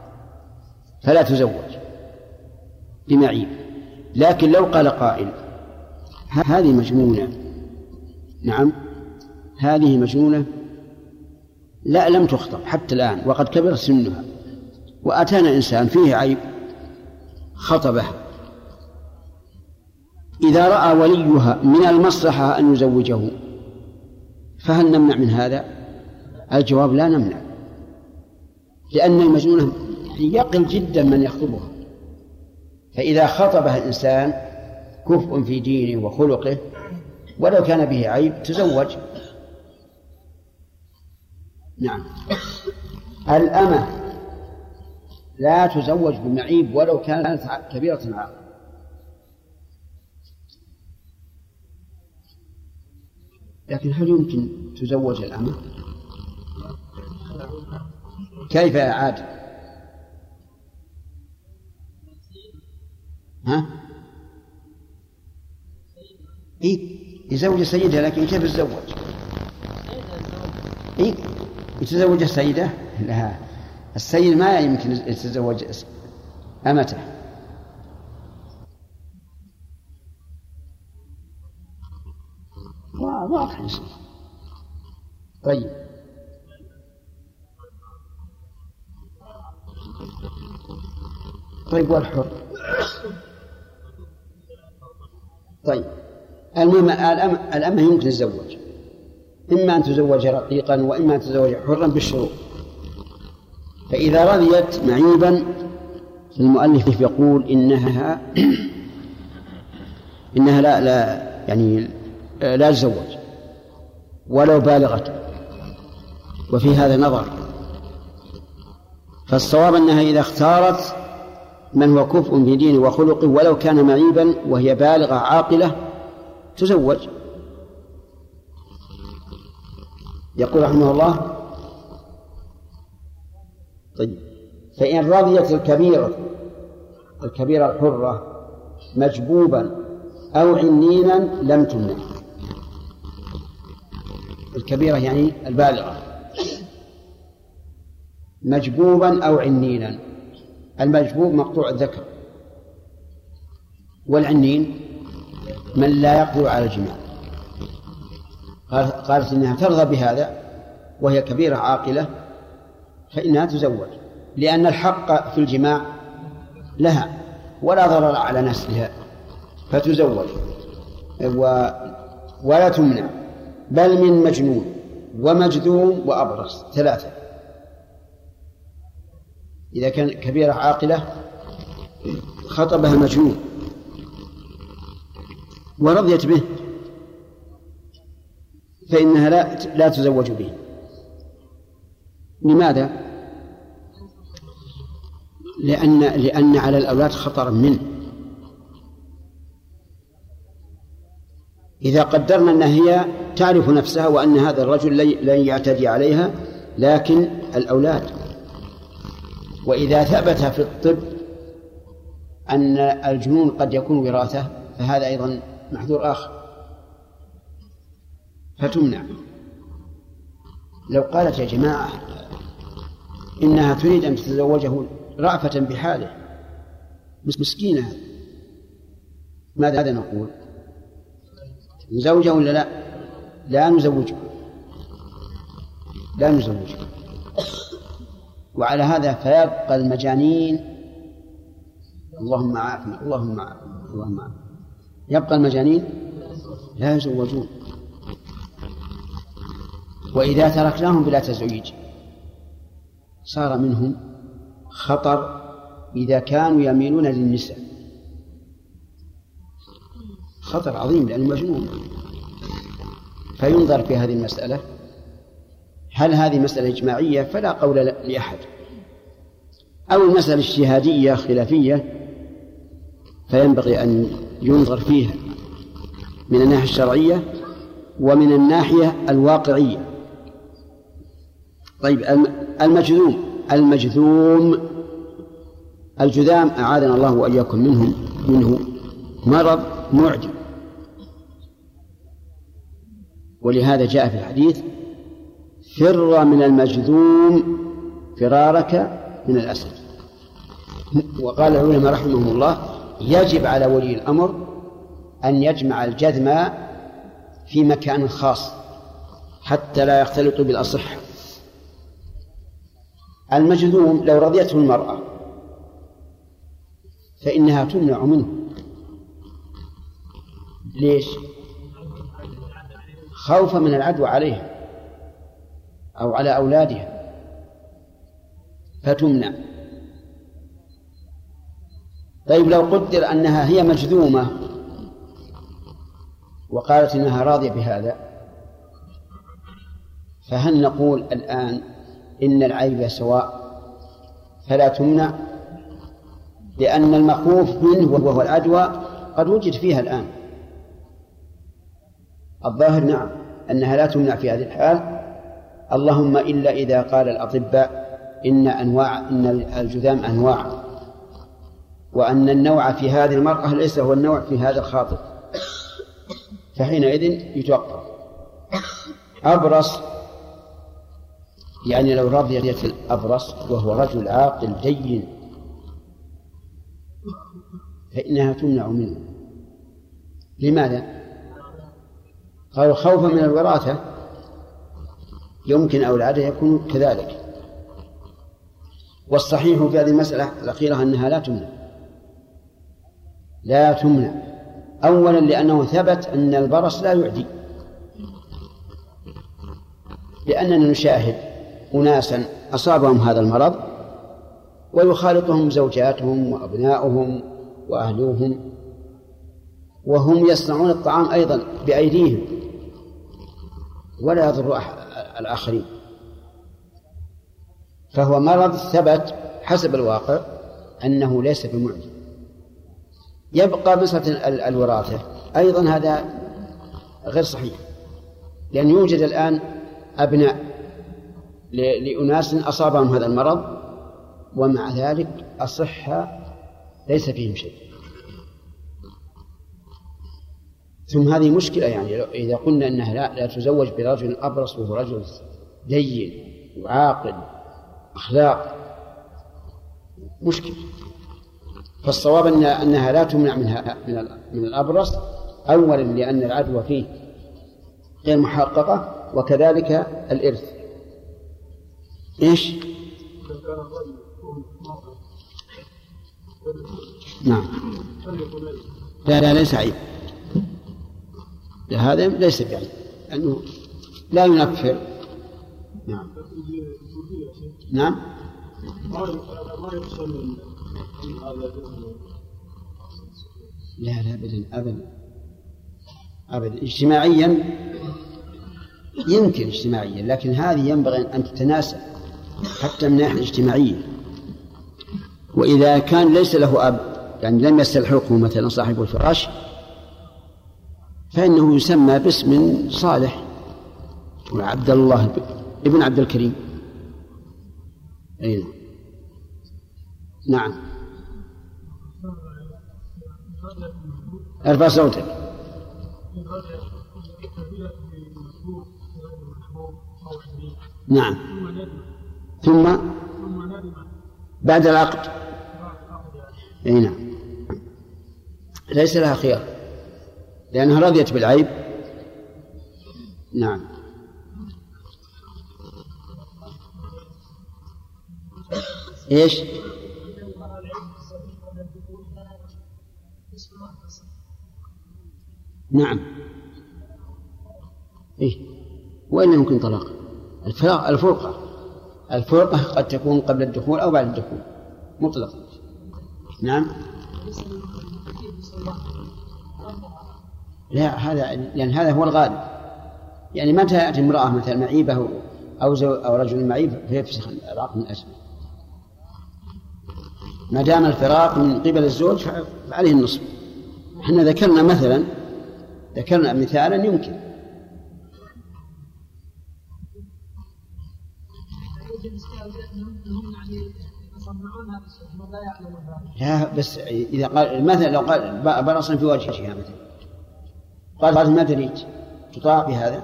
فلا تزوج بمعيب. لكن لو قال قائل هذه مجنونة، نعم هذه مجنونة لا لم تخطب حتى الآن وقد كبر سنها، وأتانا إنسان فيه عيب خطبها، إذا رأى وليها من المصلحة أن يزوجه فهل نمنع من هذا؟ الجواب لا نمنع، لأن المجنونة يقل جدا من يخطبها، فإذا خطبها إنسان كفء في دينه وخلقه ولو كان به عيب تزوج. نعم. الأمة لا تزوج بمعيب ولو كانت كبيرة عاقل. لكن هل يمكن تزوج الأمة؟ كيف يا عادل؟ ها؟ إيه يزوج سيدها، لكن كيف يتزوج؟ إيه يتزوج السيدة؟ لا، السيد ما يمكن يتزوج أمته. واضح يا شيخ. طيب طيب والحر؟ طيب المهم الأمة, الأمة يمكن تتزوج، إما أن تزوج رقيقا وإما أن تزوج حرا بالشروط. فإذا رضيت معيبا المؤلف يقول إنها إنها لا لا يعني لا تزوج ولو بالغت، وفي هذا نظر. فالصواب أنها إذا اختارت من هو كفء في دينه وخلقه ولو كان معيبا وهي بالغة عاقلة تزوج. يقول رحمه الله: طيب فإن رضيت الكبيرة الكبيرة الحرة مجبوبا أو عنينا لم تمنع. الكبيرة يعني البالغة، مجبوبا أو عنينا. المجبوب مقطوع الذكر، والعنين من لا يقدر على الجماع. قالت إنها ترضى بهذا وهي كبيرة عاقلة فإنها تزوج، لأن الحق في الجماع لها ولا ضرر على نسلها فتزوج و... ولا تمنع، بل من مجنون ومجذوم وأبرص ثلاثة. إذا كان كبيرة عاقلة خطبها مجنون ورضيت به فإنها لا لا تزوج به. لماذا؟ لأن لأن على الأولاد خطرا منه. إذا قدرنا أن هي تعرف نفسها وأن هذا الرجل لن يعتدي عليها، لكن الأولاد. وإذا ثبت في الطب أن الجنون قد يكون وراثة فهذا أيضا محذور آخر فتمنع. لو قالت يا جماعة إنها تريد أن تتزوجه رأفة بحاله مسكينة، ماذا نقول؟ نزوجه ولا لا؟ لا نزوجه لا نزوجه وعلى هذا فيبقى المجانين، اللهم عافنا اللهم عافنا اللهم عافنا، يبقى المجانين لا يزوجون. وإذا تركناهم بلا تزويج صار منهم خطر إذا كانوا يميلون للنساء، خطر عظيم لأنه مجنون. فينظر في هذه المسألة، هل هذه مسألة إجماعية فلا قول لأحد، أو المسألة اجتهادية خلافية فينبغي أن ينظر فيها من الناحية الشرعية ومن الناحية الواقعية. طيب المجذوم المجذوم الجذام أعاذنا الله وإياكم منه منه مرض معدي، ولهذا جاء في الحديث: فر من المجذوم فرارك من الأسد. وقال العلماء رحمهم الله يجب على ولي الأمر أن يجمع الجذم في مكان خاص حتى لا يختلط بالأصحة. المجذوم لو رضيته المرأة فإنها تمنع منه. ليش؟ خوفا من العدوى عليها أو على أولادها فتمنع. طيب لو قدر أنها هي مجذومة وقالت إنها راضية بهذا، فهل نقول الآن إن العيب سواء فلا تمنع؟ لأن المخوف منه وهو العدوى قد وجد فيها الآن. الظاهر نعم أنها لا تمنع في هذه الحال، اللهم إلا إذا قال الأطباء إن أنواع إن الجذام أنواع، وأن النوع في هذه المرأة ليس هو النوع في هذا الخاطب، فحينئذ يتوقف. أبرص يعني لو رضيت الأبرص وهو رجل عاقل دين فإنها تمنع منه. لماذا؟ قالوا خوفا من الوراثة، يمكن أولاده يكون كذلك. والصحيح في هذه المسألة الأخيرة أنها لا تمنع، لا تمنع. أولا لأنه ثبت أن البرص لا يعدي، لأننا نشاهد أناسا أصابهم هذا المرض ويخالطهم زوجاتهم وأبناؤهم وأهلوهم وهم يصنعون الطعام أيضا بأيديهم ولا يضر الآخرين، فهو مرض ثبت حسب الواقع أنه ليس بمعدي. يبقى مسألة الوراثة أيضا هذا غير صحيح، لأن يوجد الآن أبناء لأناس أصابهم هذا المرض ومع ذلك الصحة ليس فيهم شيء. ثم هذه مشكلة، يعني إذا قلنا أنها لا, لا تزوج برجل أبرص وهو رجل دين وعاقل أخلاق مشكلة. فالصواب أن أنها لا تمنع منها من من الأبرص، أولا لأن العدوى فيه غير محققة، وكذلك الإرث. إيش؟ نعم. لا لا ليس عيب، هذا ليس بعيب لأنه لا ينفر. نعم نعم. لا لا أبدا أبدا أبدا. اجتماعيا يمكن اجتماعيا، لكن هذه ينبغي أن تتناسب حتى من ناحية اجتماعية. وإذا كان ليس له أب، يعني لم يستلحقه مثلا صاحب الفراش، فإنه يسمى باسم صالح وعبد الله ابن عبد الكريم. أين؟ نعم. ارفع صوتك. نعم. ثم بعد العقد. أي نعم. ليس لها خيار لأنها رضيت بالعيب. نعم. إيش؟ نعم. إيه؟ وين يمكن طلاق؟ الفرقة الفرقة الفرقة قد تكون قبل الدخول أو بعد الدخول مطلقا. نعم. لا هذا لأن هذا هو الغالب، يعني متى تأتي امرأة مثل معيبة أو زو أو رجل معيب فيفسخ العقد من أجله. ما دام الفراق من قبل الزوج فعليه النصف. احنا ذكرنا مثلا ذكرنا مثالا يمكن. لا بس إذا قال مثلا لو قال برصا في وجهها مثلا قال ما دريت تطاع بهذا،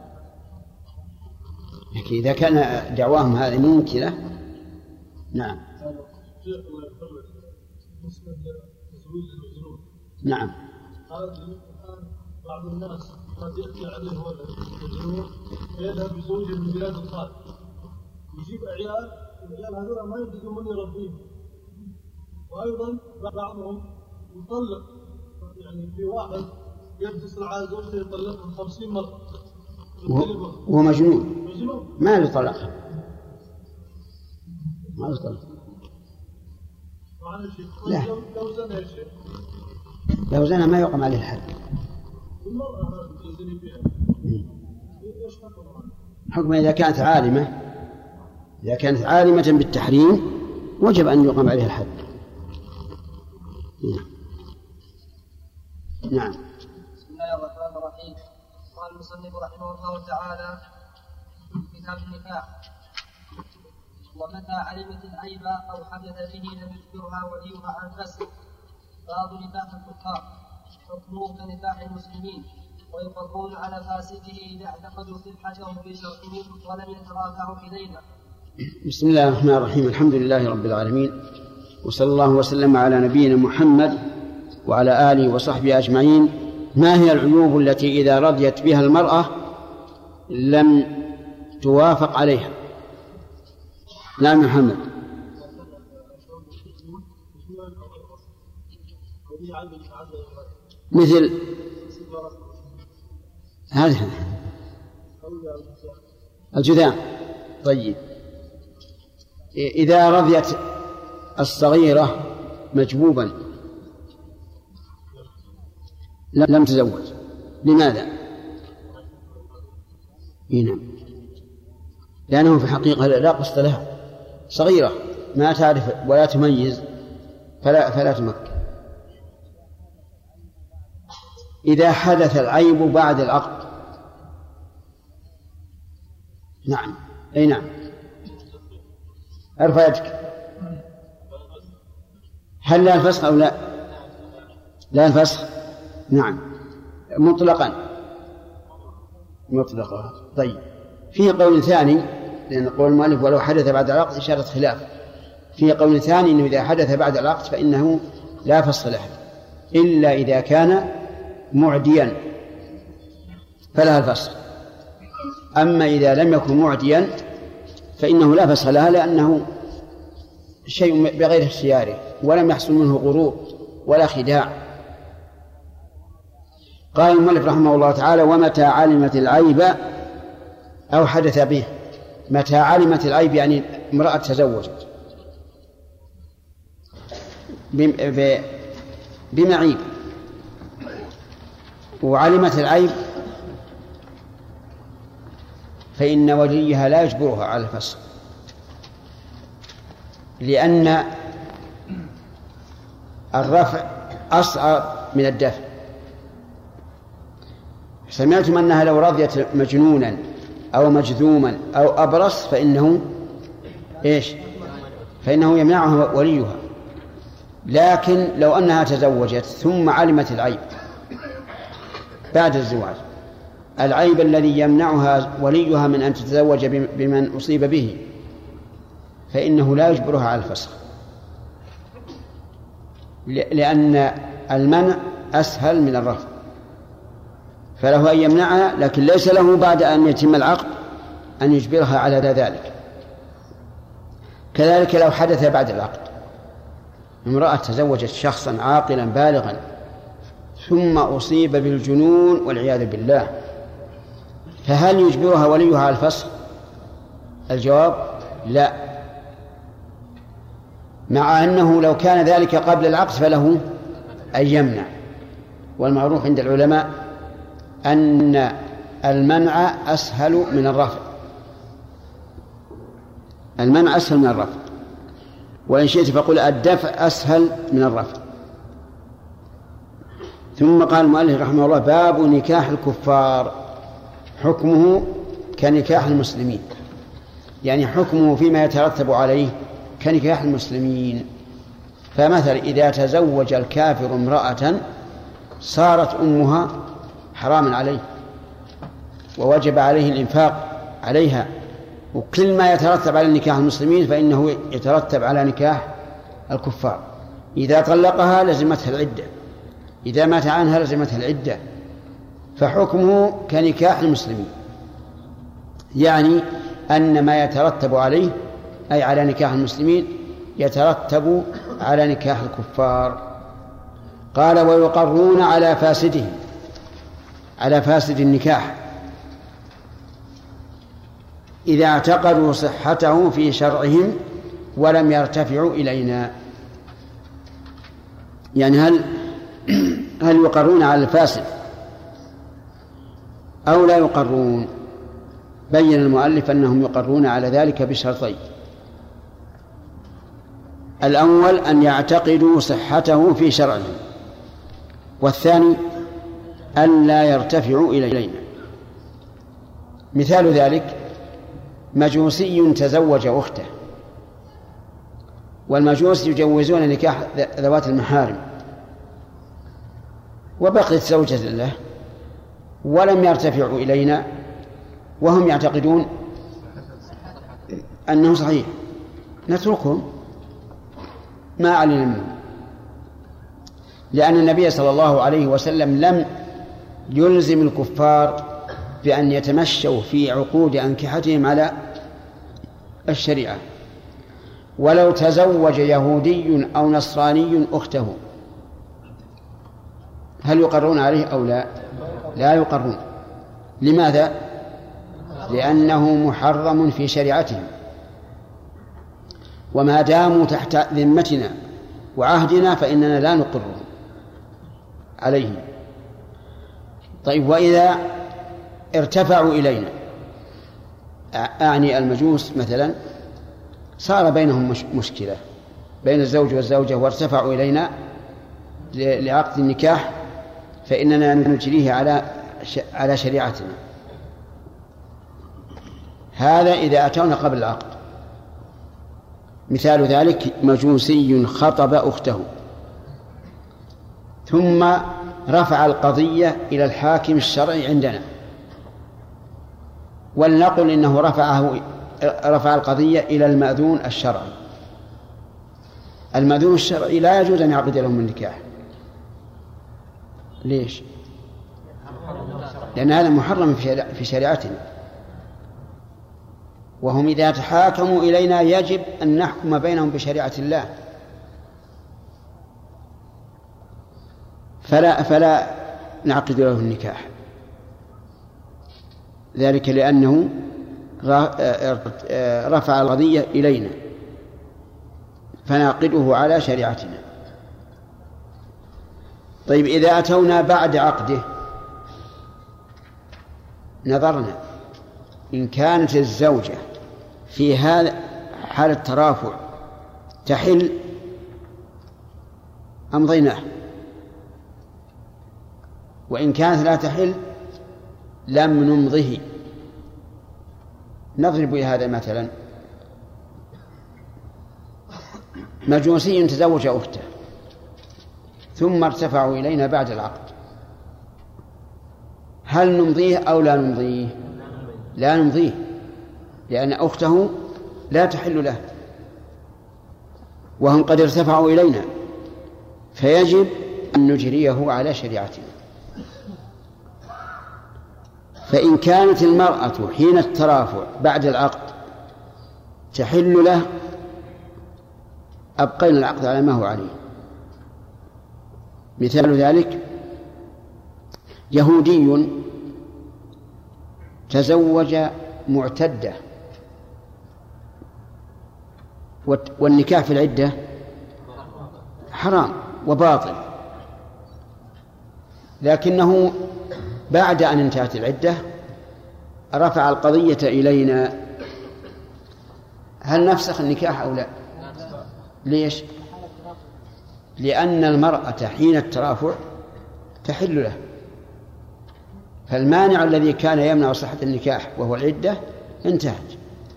لكن إذا كان دعواهم هذه منكرة. نعم. بالنسبة لتزويج المجنون. نعم. هذا الآن بعض الناس قد يأتي عليه ولد مجنون فيذهب يزوجه من بلاد الخارج. يجيب عيال، العيال هذول ما يجدوا من يربيهم. وأيضا بعضهم يطلق، يعني في واحد يتصل على زوجته يطلقها خمسين مرة. وهو مجنون. مجنون. ما له طلاق. ما له طلاق. لا. لو زنى يا شيخ. لو زنى ما يقام عليه الحد. المرأة هذه تزني بها. ايش حكمها؟ حكمها إذا كانت عالمة، إذا كانت عالمة بالتحريم وجب أن يقام عليها الحد. نعم. بسم الله الرحمن الرحيم. قال المصنف رحمه الله تعالى في كتاب النكاح: ومتى علمت العيب أو حدث به لم يجبرها وليها عن فسق. باب نكاح الكفار حكمه كنكاح المسلمين، ويقرون على فاسقه إذا اعتقدوا صحته في شرطه ولم يترافعوا إلينا. بسم الله الرحمن الرحيم. الحمد لله رب العالمين، وصلى الله وسلم على نبينا محمد وعلى آله وصحبه أجمعين. ما هي العيوب التي إذا رضيت بها المرأة لم توافق عليها؟ نعم محمد. مثل هذا الجذام. طيب، إذا رضيت الصغيرة مجبوبا لم تزوج، لماذا؟ هنا لأنه في الحقيقة لا قسط لها، صغيرة ما تعرف ولا تميز فلا, فلا تمكن. إذا حدث العيب بعد العقد. نعم. أي نعم. ارفع يدك. هل لا الفسخ أو لا؟ لا الفسخ. نعم مطلقا مطلقا. طيب، فيه قول ثاني، لأن قول المؤلف ولو حدث بعد العقد إشارة خلاف. فيه قول ثاني أنه إذا حدث بعد العقد فإنه لا فسخ له إلا إذا كان معديا فلها الفسخ. أما إذا لم يكن معديا فإنه لا فسخ لها، لأنه شيء بغير اختياره ولم يحصل منه غرور ولا خداع. قال المؤلف رحمه الله تعالى: ومتى علمت العيب أو حدث به. متى علمت العيب يعني امرأة تزوجت بمعيب وعلمت العيب فإن وليها لا يجبرها على الفسخ، لأن الرفع أصعب من الدفع. سمعتم أنها لو رضيت مجنونا أو مجذوما أو أبرص فإنه إيش؟ فإنه يمنعها وليها. لكن لو أنها تزوجت ثم علمت العيب بعد الزواج، العيب الذي يمنعها وليها من أن تتزوج بمن أصيب به، فإنه لا يجبرها على الفسخ، لأن المنع أسهل من الرفض، فله أن يمنعها، لكن ليس له بعد أن يتم العقد أن يجبرها على ذلك. كذلك لو حدث بعد العقد، امرأة تزوجت شخصا عاقلا بالغا ثم أصيب بالجنون والعياذ بالله، فهل يجبرها وليها على الفسخ؟ الجواب لا، مع أنه لو كان ذلك قبل العقد فله أن يمنع. والمعروف عند العلماء أن المنع أسهل من الرفع، المنع أسهل من الرفع، وإن شئت فقل الدفع أسهل من الرفع. ثم قال المؤلف رحمه الله: باب نكاح الكفار حكمه كنكاح المسلمين، يعني حكمه فيما يترتب عليه كنكاح المسلمين. فمثلا إذا تزوج الكافر امرأة صارت أمها حراما عليه ووجب عليه الإنفاق عليها، وكل ما يترتب على نكاح المسلمين فإنه يترتب على نكاح الكفار. إذا طلقها لزمتها العدة، إذا مات عنها لزمتها العدة، فحكمه كنكاح المسلمين، يعني أن ما يترتب عليه أي على نكاح المسلمين يترتب على نكاح الكفار. قال ويقرون على فاسده، على فاسد النكاح إذا اعتقدوا صحته في شرعهم ولم يرتفعوا إلينا. يعني هل هل يقرون على الفاسد أو لا يقرون؟ بين المؤلف أنهم يقرون على ذلك بشرطين: الأول أن يعتقدوا صحته في شرعهم، والثاني أن لا يرتفعوا إلينا. مثال ذلك مجوسي تزوج أخته، والمجوس يجوزون نكاح ذوات المحارم، وبقيت زوجة له ولم يرتفعوا إلينا وهم يعتقدون أنه صحيح، نتركهم ما علينا منهم، لأن النبي صلى الله عليه وسلم لم يلزم الكفار بأن يتمشوا في عقود أنكحتهم على الشريعة. ولو تزوج يهودي أو نصراني أخته هل يقرون عليه أو لا؟ لا يقرون. لماذا؟ لأنه محرم في شريعتهم، وما داموا تحت ذمتنا وعهدنا فإننا لا نقرهم عليه. طيب وإذا ارتفعوا إلينا، أعني المجوس مثلا، صار بينهم مشكلة بين الزوج والزوجة وارتفعوا إلينا لعقد النكاح، فإننا نجريه على على شريعتنا. هذا إذا أتونا قبل العقد. مثال ذلك مجوسي خطب أخته ثم رفع القضية إلى الحاكم الشرعي عندنا، ولنقل إنه رفعه رفع القضية إلى المأذون الشرعي. المأذون الشرعي لا يجوز أن يعقد لهم النكاح. ليش؟ لأن هذا محرم في شريعتنا، وهم إذا تحاكموا إلينا يجب أن نحكم بينهم بشريعة الله، فلا فلا نعقد له النكاح، ذلك لأنه رفع القضية إلينا فنعقده على شريعتنا. طيب إذا أتونا بعد عقده نظرنا إن كانت الزوجة في هذا حال الترافع تحل أمضيناه، وإن كانت لا تحل لم نمضه. نضرب هذا مثلا: مجوسي تزوج أخته ثم ارتفعوا إلينا بعد العقد، هل نمضيه أو لا نمضيه؟ لا نمضيه، لأن أخته لا تحل له وهم قد ارتفعوا إلينا، فيجب أن نجريه على شريعتنا. فإن كانت المرأة حين الترافع بعد العقد تحل له أبقينا العقد على ما هو عليه. مثال ذلك يهودي تزوج معتدة، والنكاح في العدة حرام وباطل، لكنه بعد أن انتهت العدة رفع القضية إلينا، هل نفسخ النكاح أو لا؟ ليش؟ لأن المرأة حين الترافع تحل له، فالمانع الذي كان يمنع صحة النكاح وهو العدة انتهت،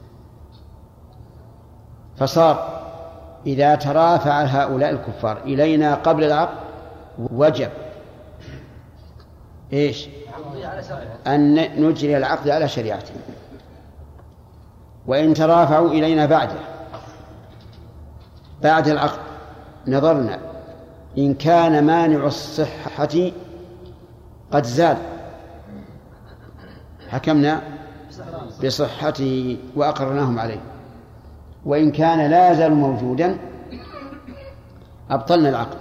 فصار إذا ترافع هؤلاء الكفار إلينا قبل العقد وجب إيش؟ أن نجري العقد على شريعتنا. وإن ترافعوا إلينا بعده بعد العقد نظرنا إن كان مانع الصحة قد زال حكمنا بصحته وأقرناهم عليه، وإن كان لا يزال موجودا أبطلنا العقد.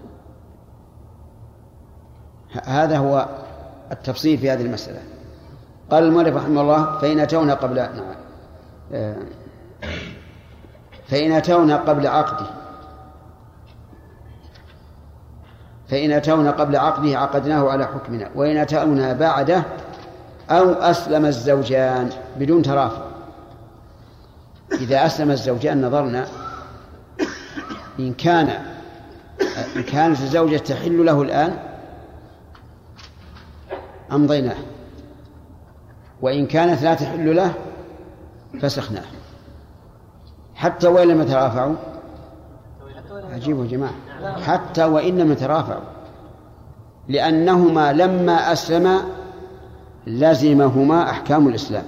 هذا هو التفصيل في هذه المسألة. قال المؤلف رحمه الله: فإن أتونا قبل فإن أتونا قبل عقده فإن أتونا قبل عقده عقدناه على حكمنا، وإن أتونا بعده أو أسلم الزوجان بدون ترافع. إذا أسلم الزوجان نظرنا إن كان إن كانت الزوجة تحل له الآن أمضيناه، وإن كانت لا تحل له فسخناه حتى وإن لم يترافعوا. عجيب يا جماعة، حتى وإن لم يترافعوا، لأنهما لما أسلما لزمهما أحكام الإسلام،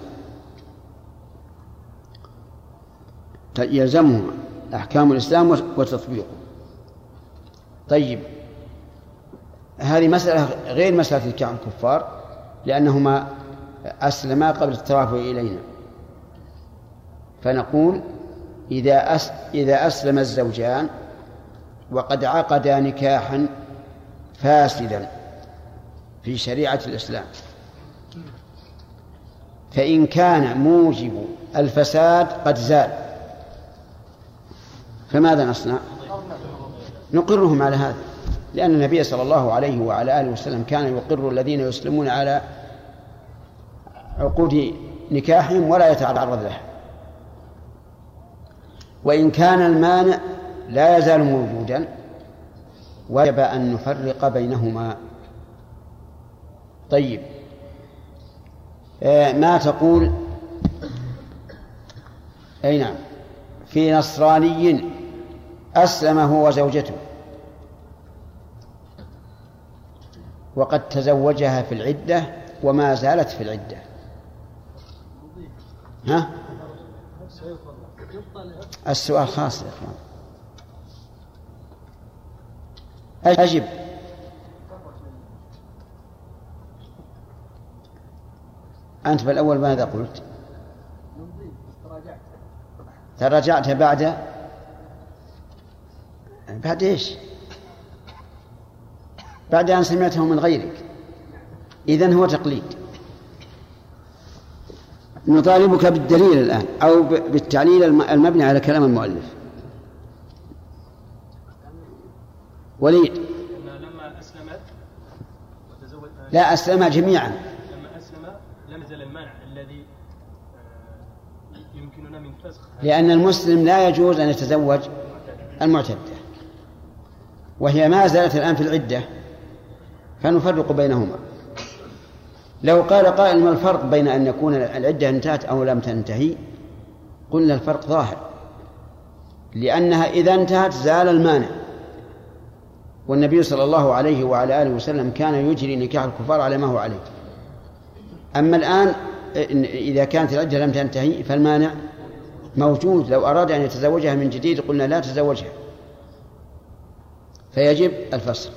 يلزمهما أحكام الإسلام وتطبيقه. طيب، هذه مسألة غير مسألة نكاح الكفار، لأنهما أسلما قبل الترافع إلينا. فنقول إذا أس إذا أسلم الزوجان وقد عقدا نكاحا فاسدا في شريعة الإسلام، فإن كان موجب الفساد قد زال فماذا نصنع؟ نقرهم على هذا، لأن النبي صلى الله عليه وعلى آله وسلم كان يقر الذين يسلمون على عقود نكاحهم ولا يتعرض له. وإن كان المانع لا يزال موجودا وجب أن نفرق بينهما. طيب، ما تقول؟ أي نعم، في نصراني أسلم هو وزوجته وقد تزوجها في العدة وما زالت في العدة، ها؟ السؤال خاص يا أخوان، أجب. أنت بالأول ماذا قلت؟ تراجعت بعد بعد إيش؟ بعد أن سمعته من غيرك، إذن هو تقليد. نطالبك بالدليل الآن أو بالتعليل المبني على كلام المؤلف. وليد: لما أسلمت وتزوج لا أسلم جميعا. لما أسلم لم يزل المانع الذي يمكننا من فسخ، لأن المسلم لا يجوز أن يتزوج المعتدة وهي ما زالت الآن في العدة، فنفرق بينهما. لو قال قائل: ما الفرق بين أن يكون العدة انتهت أو لم تنتهي؟ قلنا الفرق ظاهر، لأنها إذا انتهت زال المانع، والنبي صلى الله عليه وعلى آله وسلم كان يجري نكاح الكفار على ما هو عليه. أما الآن إذا كانت العدة لم تنتهي فالمانع موجود، لو أراد أن يتزوجها من جديد قلنا لا تزوجها، فيجب الفصل.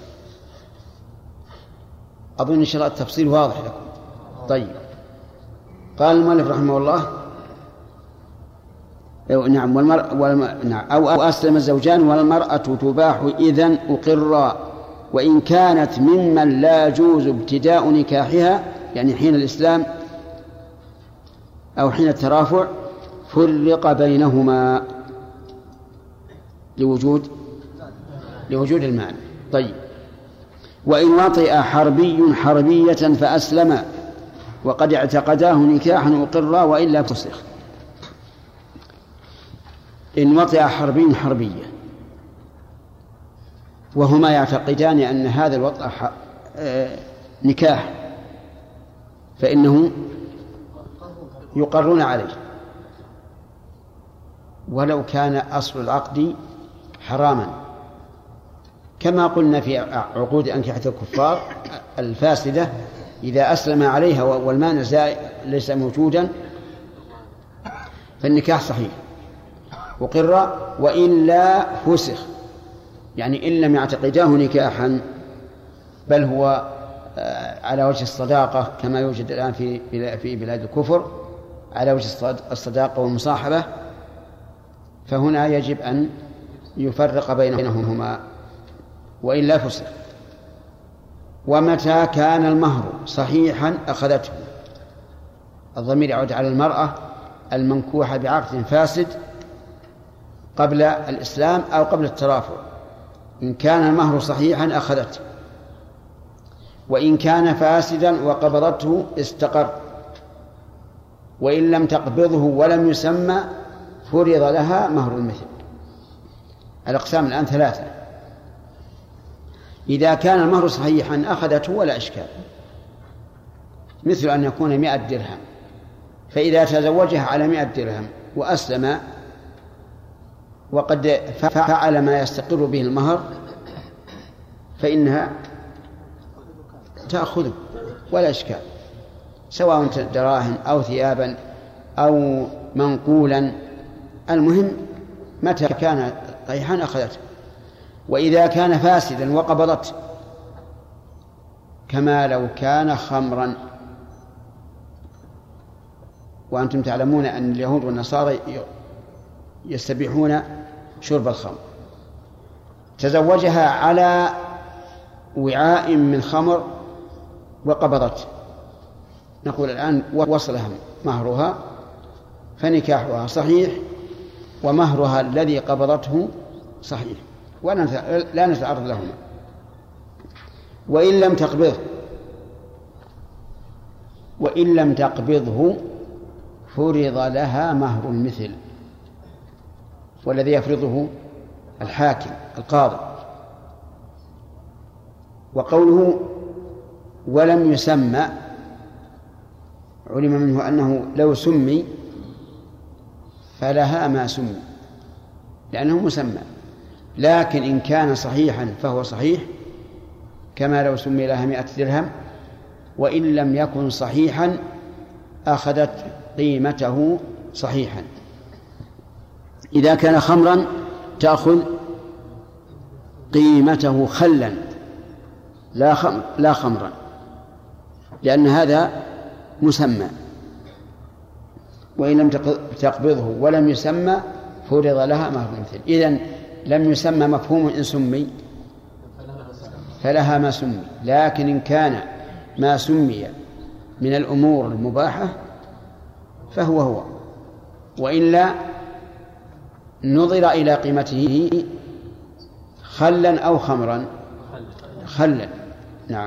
أظن إن شاء الله التفصيل واضح لكم. طيب، قال المؤلف رحمه الله: نعم والمرأة والم... نعم أو, أو أسلم الزوجان والمرأة تباح إذن أقرا، وإن كانت ممن لا يجوز ابتداء نكاحها، يعني حين الإسلام أو حين الترافع، فرق بينهما لوجود لوجود المعنى. طيب، وإن وطئ حربي حربية فأسلم وقد اعتقداه نكاحا أقرا وإلا فسخ. إن وطئ حربي حربية وهما يعتقدان أن هذا الوطء نكاح فإنه يقرون عليه، ولو كان أصل العقد حراما، كما قلنا في عقود أنكحة الكفار الفاسدة: إذا أسلم عليها والمانع ليس موجودا فالنكاح صحيح وقر، وإلا فسخ. يعني إن لم يعتقداه نكاحا بل هو على وجه الصداقة كما يوجد الآن في في بلاد الكفر على وجه الصداقة والمصاحبة، فهنا يجب أن يفرق بينهما وإلا فسق. ومتى كان المهر صحيحا أخذته، الضمير يعود على المرأة المنكوحة بعقد فاسد قبل الإسلام أو قبل الترافع. إن كان المهر صحيحا أخذته، وإن كان فاسدا وقبضته استقر، وإن لم تقبضه ولم يسمى فرض لها مهر المثل. الأقسام الآن ثلاثة. إذا كان المهر صحيحا أخذته ولا إشكال، مثل أن يكون مئة درهم، فإذا تزوجها على مئة درهم وأسلم وقد فعل ما يستقر به المهر فإنها تأخذه ولا إشكال، سواء دراهم أو ثيابا أو منقولا، المهم متى كان صحيحا أخذته. وإذا كان فاسدا وقبضته كما لو كان خمرا، وأنتم تعلمون أن اليهود والنصارى يستبيحون شرب الخمر، تزوجها على وعاء من خمر وقبضته، نقول الآن وصلها مهرها فنكاحها صحيح ومهرها الذي قبضته صحيح ولا نتعرض لهما. وإن لم تقبضه وإن لم تقبضه فرض لها مهر المثل، والذي يفرضه الحاكم القاضي. وقوله ولم يسمى علم منه أنه لو سمي فلها ما سمي لأنه مسمى، لكن إن كان صحيحا فهو صحيح كما لو سمي لها مئة درهم، وإن لم يكن صحيحا أخذت قيمته صحيحا. إذا كان خمرا تأخذ قيمته خلا لا خمر لا خمرا، لأن هذا مسمى. وإن لم تقبضه ولم يسمى فرض لها مهر المثل. إذن لم يسمى مفهوم إن سمي فلها ما سمي، لكن إن كان ما سمي من الأمور المباحة فهو هو، وإلا نظر إلى قيمته خلا أو خمرا خلا. نعم.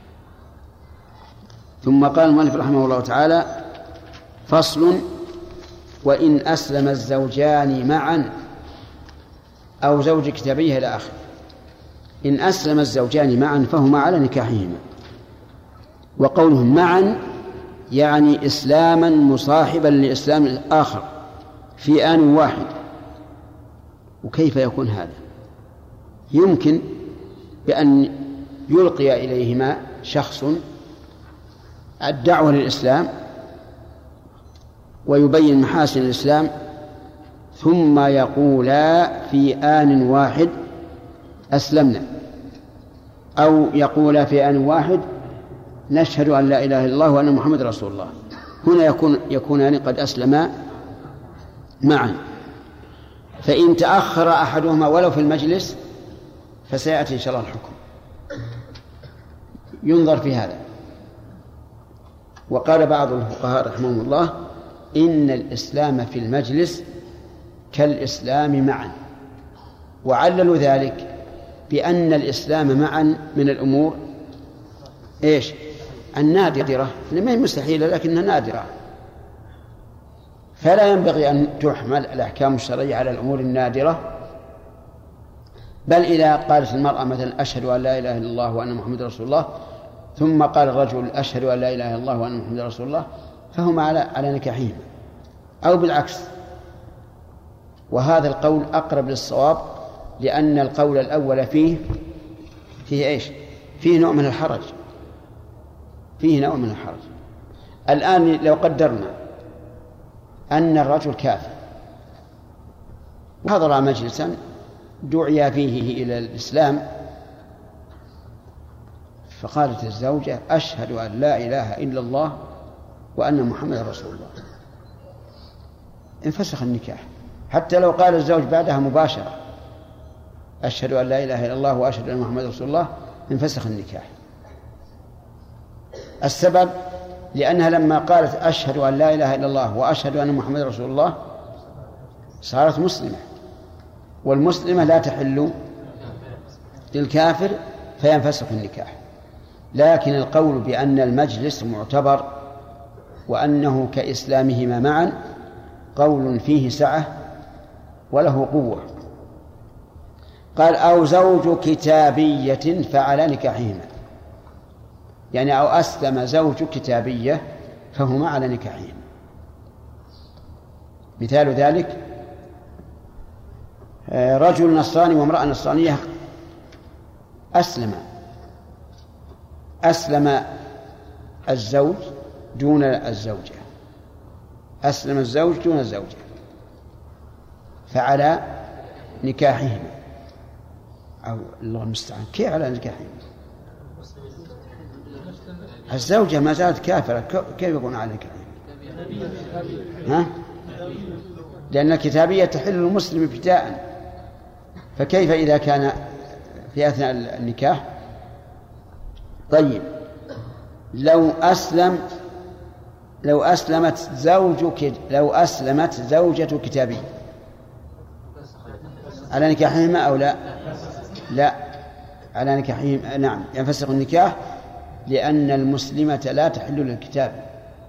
ثم قال المؤلف رحمه الله تعالى: فصل: وإن أسلم الزوجان معا أو زوج كتابيه إلى آخره. إن أسلم الزوجان معا فهما على نكاحهما. وقولهم معا يعني إسلاما مصاحبا لإسلام الآخر في آن واحد. وكيف يكون هذا؟ يمكن بأن يلقي إليهما شخص الدعوة للإسلام ويبين محاسن الإسلام، ثم يقولا في آن واحد أسلمنا، أو يقولا في آن واحد نشهد أن لا إله إلا الله وأن محمد رسول الله. هنا يكون يكونان قد أسلما معا. فإن تأخر أحدهما ولو في المجلس فسيأتي إن شاء الله الحكم، ينظر في هذا. وقال بعض الفقهاء رحمهم الله: إن الإسلام في المجلس كالإسلام معا. وعللوا ذلك بأن الإسلام معا من الأمور إيش؟ النادرة، لما هي مستحيلة لكنها نادرة، فلا ينبغي أن تحمل الأحكام الشرعية على الأمور النادرة. بل إذا قالت المرأة مثلا أشهد أن لا إله إلا الله وأن محمد رسول الله، ثم قال الرجل أشهد أن لا إله إلا الله وأن محمد رسول الله، فهما على على نكاحهما، أو بالعكس. وهذا القول أقرب للصواب، لأن القول الأول فيه فيه إيش؟ فيه نوع من الحرج، فيه نوع من الحرج. الآن لو قدرنا أن الرجل كافر وحضر مجلسا دعي فيه إلى الإسلام فقالت الزوجة أشهد أن لا إله إلا الله وأن محمد رسول الله، انفسخ النكاح. حتى لو قال الزوج بعدها مباشرة أشهد أن لا إله إلا الله وأشهد أن محمد رسول الله، انفسخ النكاح. السبب لأنها لما قالت أشهد أن لا إله إلا الله وأشهد أن محمد رسول الله صارت مسلمة، والمسلمة لا تحل للكافر فينفسخ النكاح. لكن القول بأن المجلس معتبر وأنه كإسلامهما معا قول فيه سعة وله قوة. قال أو زوج كتابية فعلى نكاحهما، يعني أو أسلم زوج كتابية فهما على نكاحهما. مثال ذلك رجل نصراني وامرأة نصرانية أسلم أسلم الزوج دون الزوجة، أسلم الزوج دون الزوجة فعلى نكاحهما، أو الله المستعان كيف على نكاحهما؟ الزوجة ما زالت كافرة، كيف يكون على نكاحهما؟ ها؟ لأن الكتابية تحل المسلم ابتداء، فكيف إذا كان في أثناء النكاح؟ طيب لو أسلم لو أسلمت زوج لو أسلمت زوجة كتابي على نكاحهما أو لا؟ لا على نكاحهما، نعم ينفسخ النكاح، لأن المسلمة لا تحل للكتاب،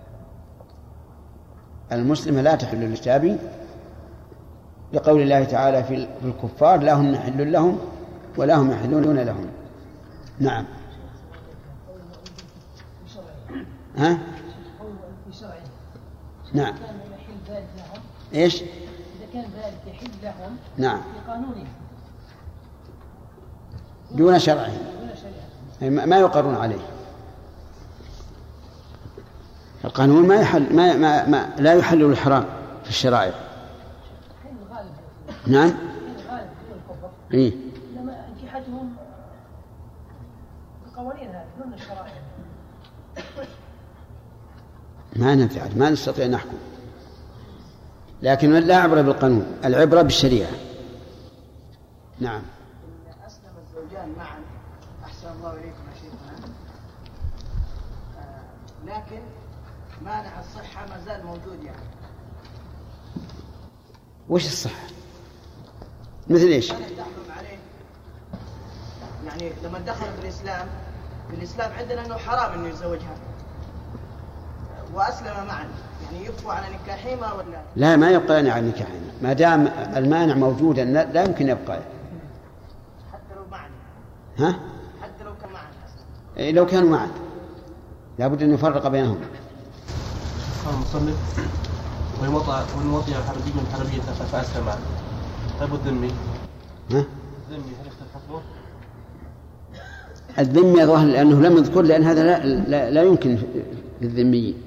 المسلمة لا تحل للكتاب، لقول الله تعالى في الكفار لا هم يحل لهم ولا هم يحلون لهم. نعم. ها؟ نعم. ايش؟ إذا كان ذلك يحل لهم نعم في قانونهم دون شرعهم ما يقرون عليه. القانون ما يحل ما, ما, ما لا يحل الحرام في الشرائع. نعم. إيه. لما انكحتهم القوانين هذه ضمن الشرائع ما ننفع ما نستطيع نحكم، لكن لا عبرة بالقانون، العبرة بالشريعة. نعم. أسلم الزوجان معا أحسن الله إليكم يا شيخنا، آه لكن مانع الصحة ما زال موجود. يعني وش الصحة؟ مثل إيش؟ أنا تحرم عليه، يعني لما دخل في الإسلام في الإسلام عندنا أنه حرام أنه يتزوجها وأسلم معا، يعني يبقوا على نكاحهما ولا لا؟ ما يبقى على نكاحهما ما دام المانع موجودا، لا يمكن يبقى حتى لو معا. ها؟ حتى لو كان معا إيه لو كانوا معا لابد أن نفرق بينهم. قال المصنف وإن وطئ حربي حربية فأسلم معه، طيب الذمي؟ ها؟ الذمي هل يختلف حكمه؟ الذمي ظاهر لأنه لم يذكر، لأن هذا لا, لا, لا يمكن للذميين.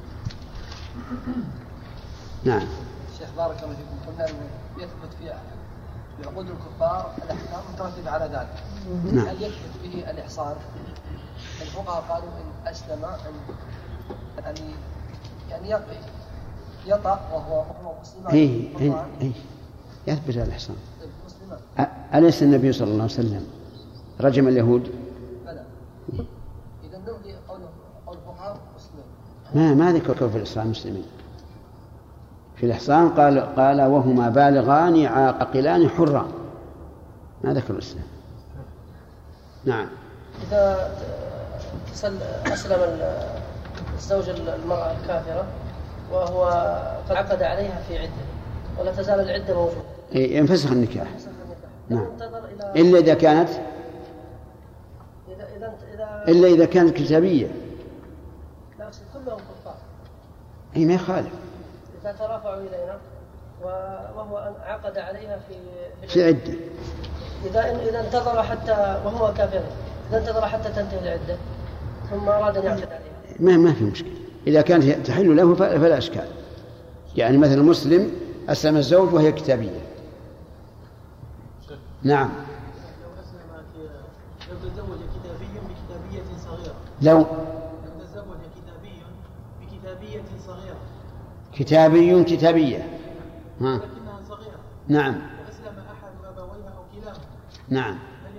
نعم. الشيخ بارك الله فيكم، قلنا أنه يثبت في بعقود الكفار الأحكام مترتبة على ذلك. نعم. هل يثبت به الإحصان؟ الفقهاء قالوا إن أسلم أن يعني يقي يطأ وهو وهو مسلم. إيه إيه إيه يثبت الإحصان. أليس النبي صلى الله عليه وسلم رجم اليهود؟ بلى. إذا نلغي قوله قول الفقهاء مسلم. ما ما ذكر في الإحصان مسلمين. في الإحصان قال قال وهما بالغان عاقلان حران، ما ذكر الإسلام. نعم. إذا أسلم الزوج المرأة الكافرة وهو قد عقد عليها في عدة ولا تزال العدة موجودة، إيه ينفسخ النكاح. نعم. إلا إذا كانت إذا إذا إذا إلا إذا كانت كتابية. لا أقصد كلهم كفار. إيه ما يخالف. إذا ترافعوا إلينا وهو عقد عليها في في عدة. إذا إذا انتظر حتى وهو كافر، إذا انتظر حتى تنتهي العدة ثم أراد أن يعقد عليها ما ما في مشكلة. إذا كانت تحل له فلا إشكال. يعني مثلا مسلم أسلم الزوج وهي كتابية. نعم. لو أسلم لو تزوج كتابي بكتابية صغيرة. لو لو تزوج كتابي بكتابية صغيرة. كتابي كتابية. ها. لكنها صغيرة. نعم. وأسلم أحد أبويها أو كلاهما. نعم.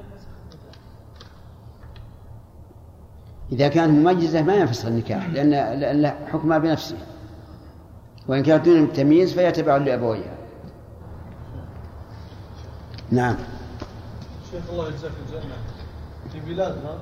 إذا كانت مميزة ما ينفسخ النكاح لأن لأن حكمها بنفسه، وإن كانت دون التمييز فيتبع لأبويها. نعم. شيخ الله يجزاك الجنة، في بلادنا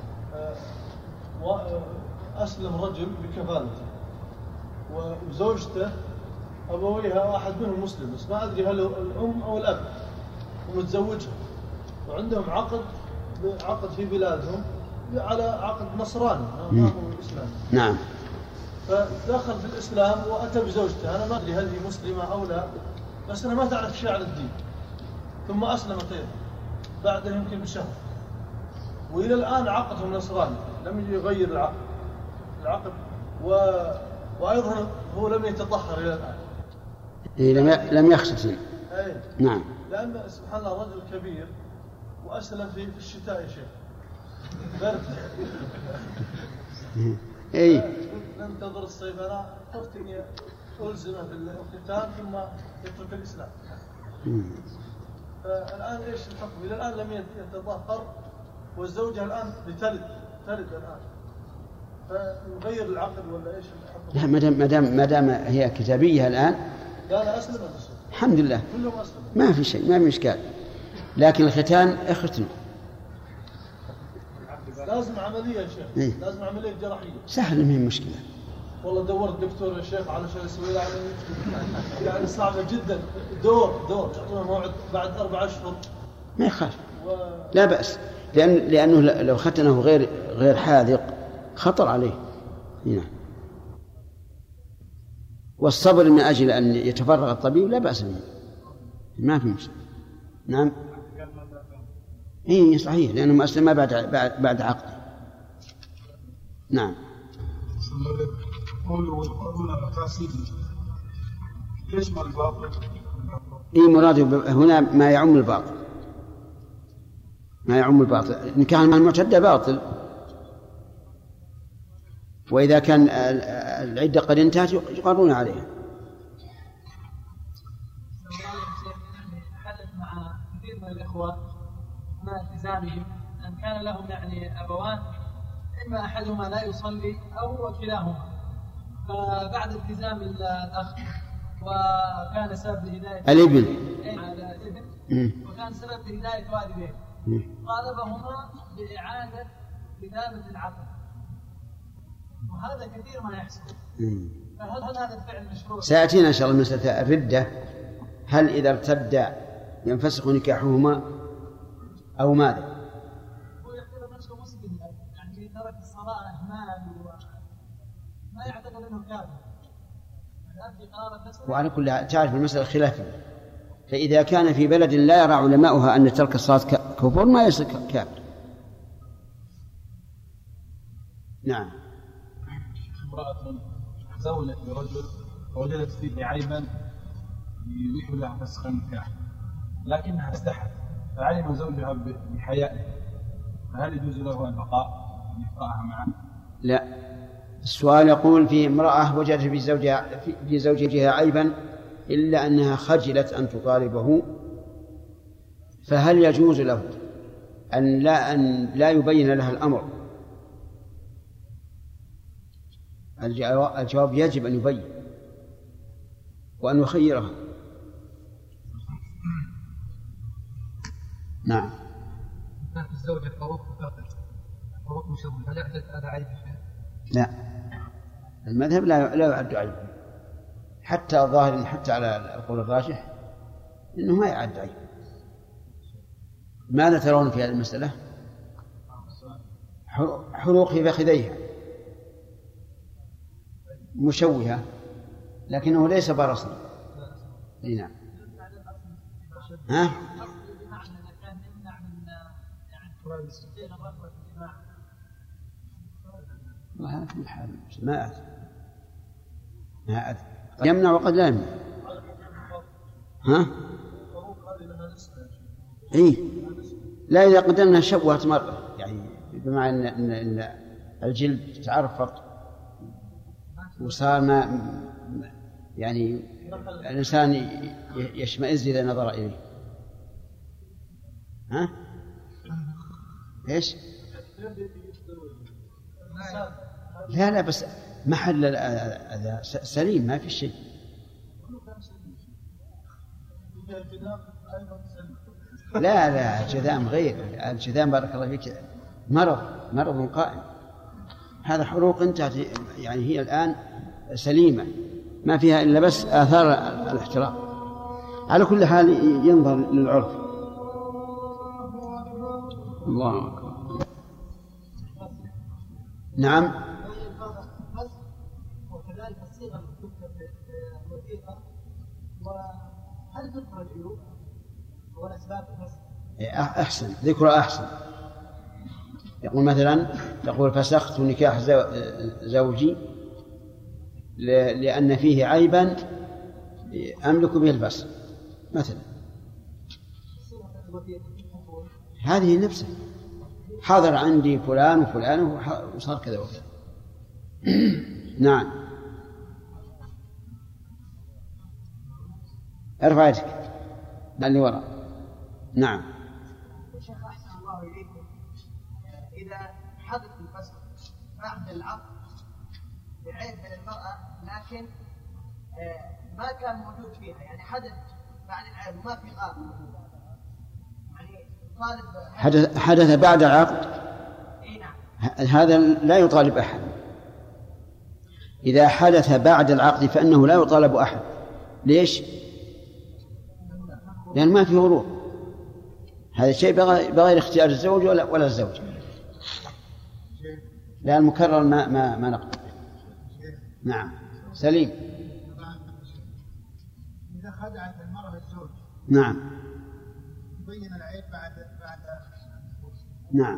أسلم رجل بكفالته وزوجته أبويها واحد منهم مسلم بس ما أدري هل الأم أو الأب، ومتزوجها وعندهم عقد عقد في بلادهم على عقد نصراني ما هو الإسلام. نعم. فدخل في الإسلام وأتى بزوجته، أنا ما أدري هل هي مسلمة أو لا، بس أنا ما تعرف شيء عن الدين، ثم أسلمت أيضا بعد يمكن بشهر، وإلى الآن عقدهم نصراني لم يجي يغير العقد العقد و... وأيضا هو لم يتطهر إلى الآن. إيه لم ي... لم يختتن. أي. نعم. لأن سبحان الله رجل كبير وأسلم في في الشتاء يا شيخ. برد. اي ننتظر الصيف. انا خفت اني الزمه في الختان ثم يترك الاسلام. فالان ايش الحكم؟ الى الان لم يتطهر والزوجه الان بتلد تلد الان، فنغير العقد ولا ايش الحكم؟ لا ما دام ما دام ما دام هي كتابيه الان. لا لا اسلم الحمد لله كلهم اسلموا ما في شيء، ما في اشكال، لكن الختان اختنوا. لازم عملية يا شيخ. إيه؟ لازم عملية جراحية. سهل ما هي مشكلة. والله دورت دكتور يا شيخ علشان يسوي لها عملية يعني صعبة جدا. دور دور يعطونا موعد بعد أربع أشهر. ما يخاف. و... لا بأس، لأن لأنه لو ختنه غير غير حاذق خطر عليه. هنا. والصبر من أجل أن يتفرغ الطبيب لا بأس به. ما في مشكلة. نعم. إيه صحيح لأنه أسلم بعد بعد عقده. نعم. إيه مراد هنا ما يعم الباطل، ما يعم الباطل. إن كان المعتدة باطل، وإذا كان العدة قد انتهت يقرون عليها. حدث مع كثير من الإخوة مع التزامهم أن كان لهم يعني أبوان، إما أحدهما لا يصلي أو كلاهما، فبعد التزام الأخ وكان سبب لهداية الابن على الابن وكان سبب لهداية والديه طالبهما بإعادة كتابة العقد، وهذا كثير ما يحصل. فهل هذا الفعل مشروع؟ سيأتينا إن شاء الله مسألة الردة، هل إذا ارتد ينفسخ نكاحهما أو ماذا؟ هو يعتبر نفسه مسلم يعني ترك الصلاة إهمال وما يعتقد أنه كافر. وعلى كل تعرف المسألة خلافية، فإذا كان في بلد لا يرى علماؤها أن ترك الصلاة كفر ما يصير كافر. نعم. امرأة زوجت برجل ووجدت فيه عيبا يبيح لها فسخ النكاح لكنها استحت، فعلم زوجها بحيائه، فهل يجوز له البقاء أن يبقاها معه؟ لا. السؤال يقول في امرأة وجدت في زوجها في زوجها عيبا إلا أنها خجلت أن تطالبه، فهل يجوز له أن لا أن لا يبين لها الأمر؟ الجواب يجب أن يبين وأن يخيرها. نعم. كانت الزوجة فروق فقط فروق مشوه، هل يحدث هذا عيب؟ لا، المذهب لا لا يعد عيب، حتى ظاهر حتى على القول الراجح إنه ما يعد عيب. ماذا ترون في هذه المسألة؟ حروق في فخذيها مشوهة لكنه ليس برصا. نعم. ها؟ ما في حال ما أدري ما أدري يمنع وقد لا يمنع. ها؟ إيه لا إذا قدرنا شوهت مرة يعني بمعنى إن, إن, إن الجلد تعرفط وصار ما يعني الإنسان يشمئز إذا نظر إليه. ها؟ إيش؟ لا لا بس محل الأذى سليم ما في شيء. لا لا الجذام غير الجذام بارك الله فيك مرض مرض قائم. هذا حروق انتهت يعني هي الآن سليمة ما فيها إلا بس آثار الاحتراق. على كل حال ينظر للعرف. الله أكبر. نعم. وكذلك الصيغة التي تكتب بالوثيقة وهل تذكر العيوب والأسباب الفسخ؟ أحسن ذكر أحسن. يقول مثلا تقول فسخت نكاح زوجي لأن فيه عيبا أملك به الفسخ مثلا. هذه نفسها حاضر عندي فلان وفلان وصار كذا وكذا. نعم ارفع يدك اللي وراء. نعم. شيخ أحسن الله إليكم، إذا حدث الفسخ بعد العقد بعيب من المرأة لكن ما كان موجود فيها يعني حدث بعد العيب وما في غاب يعني طالب حدث, حدث بعد العقد. إيه نعم. هذا لا يطالب أحد. إذا حدث بعد العقد فإنه لا يطالب أحد. ليش؟ لأن ما في هروب. هذا شيء بغير اختيار الزوج ولا ولا الزوج. لا المكرر ما ما ما نقبل. نعم سليم. إذا خدعت المرأة الزوج. نعم. تبين العيب بعد بعد. نعم.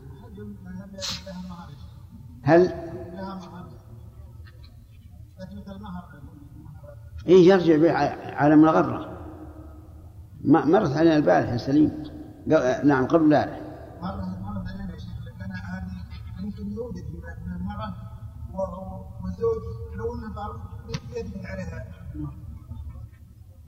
هل هل لها مهر؟ تثبت المهر. إيه يرجع على مغرة. ما مرت علينا البارحة سليم. نعم قبل ذلك. مرة مرة علينا يا شيخ لكن هذه يمكن يوجد من المرأة والزوج لو نظر يثبت عليها.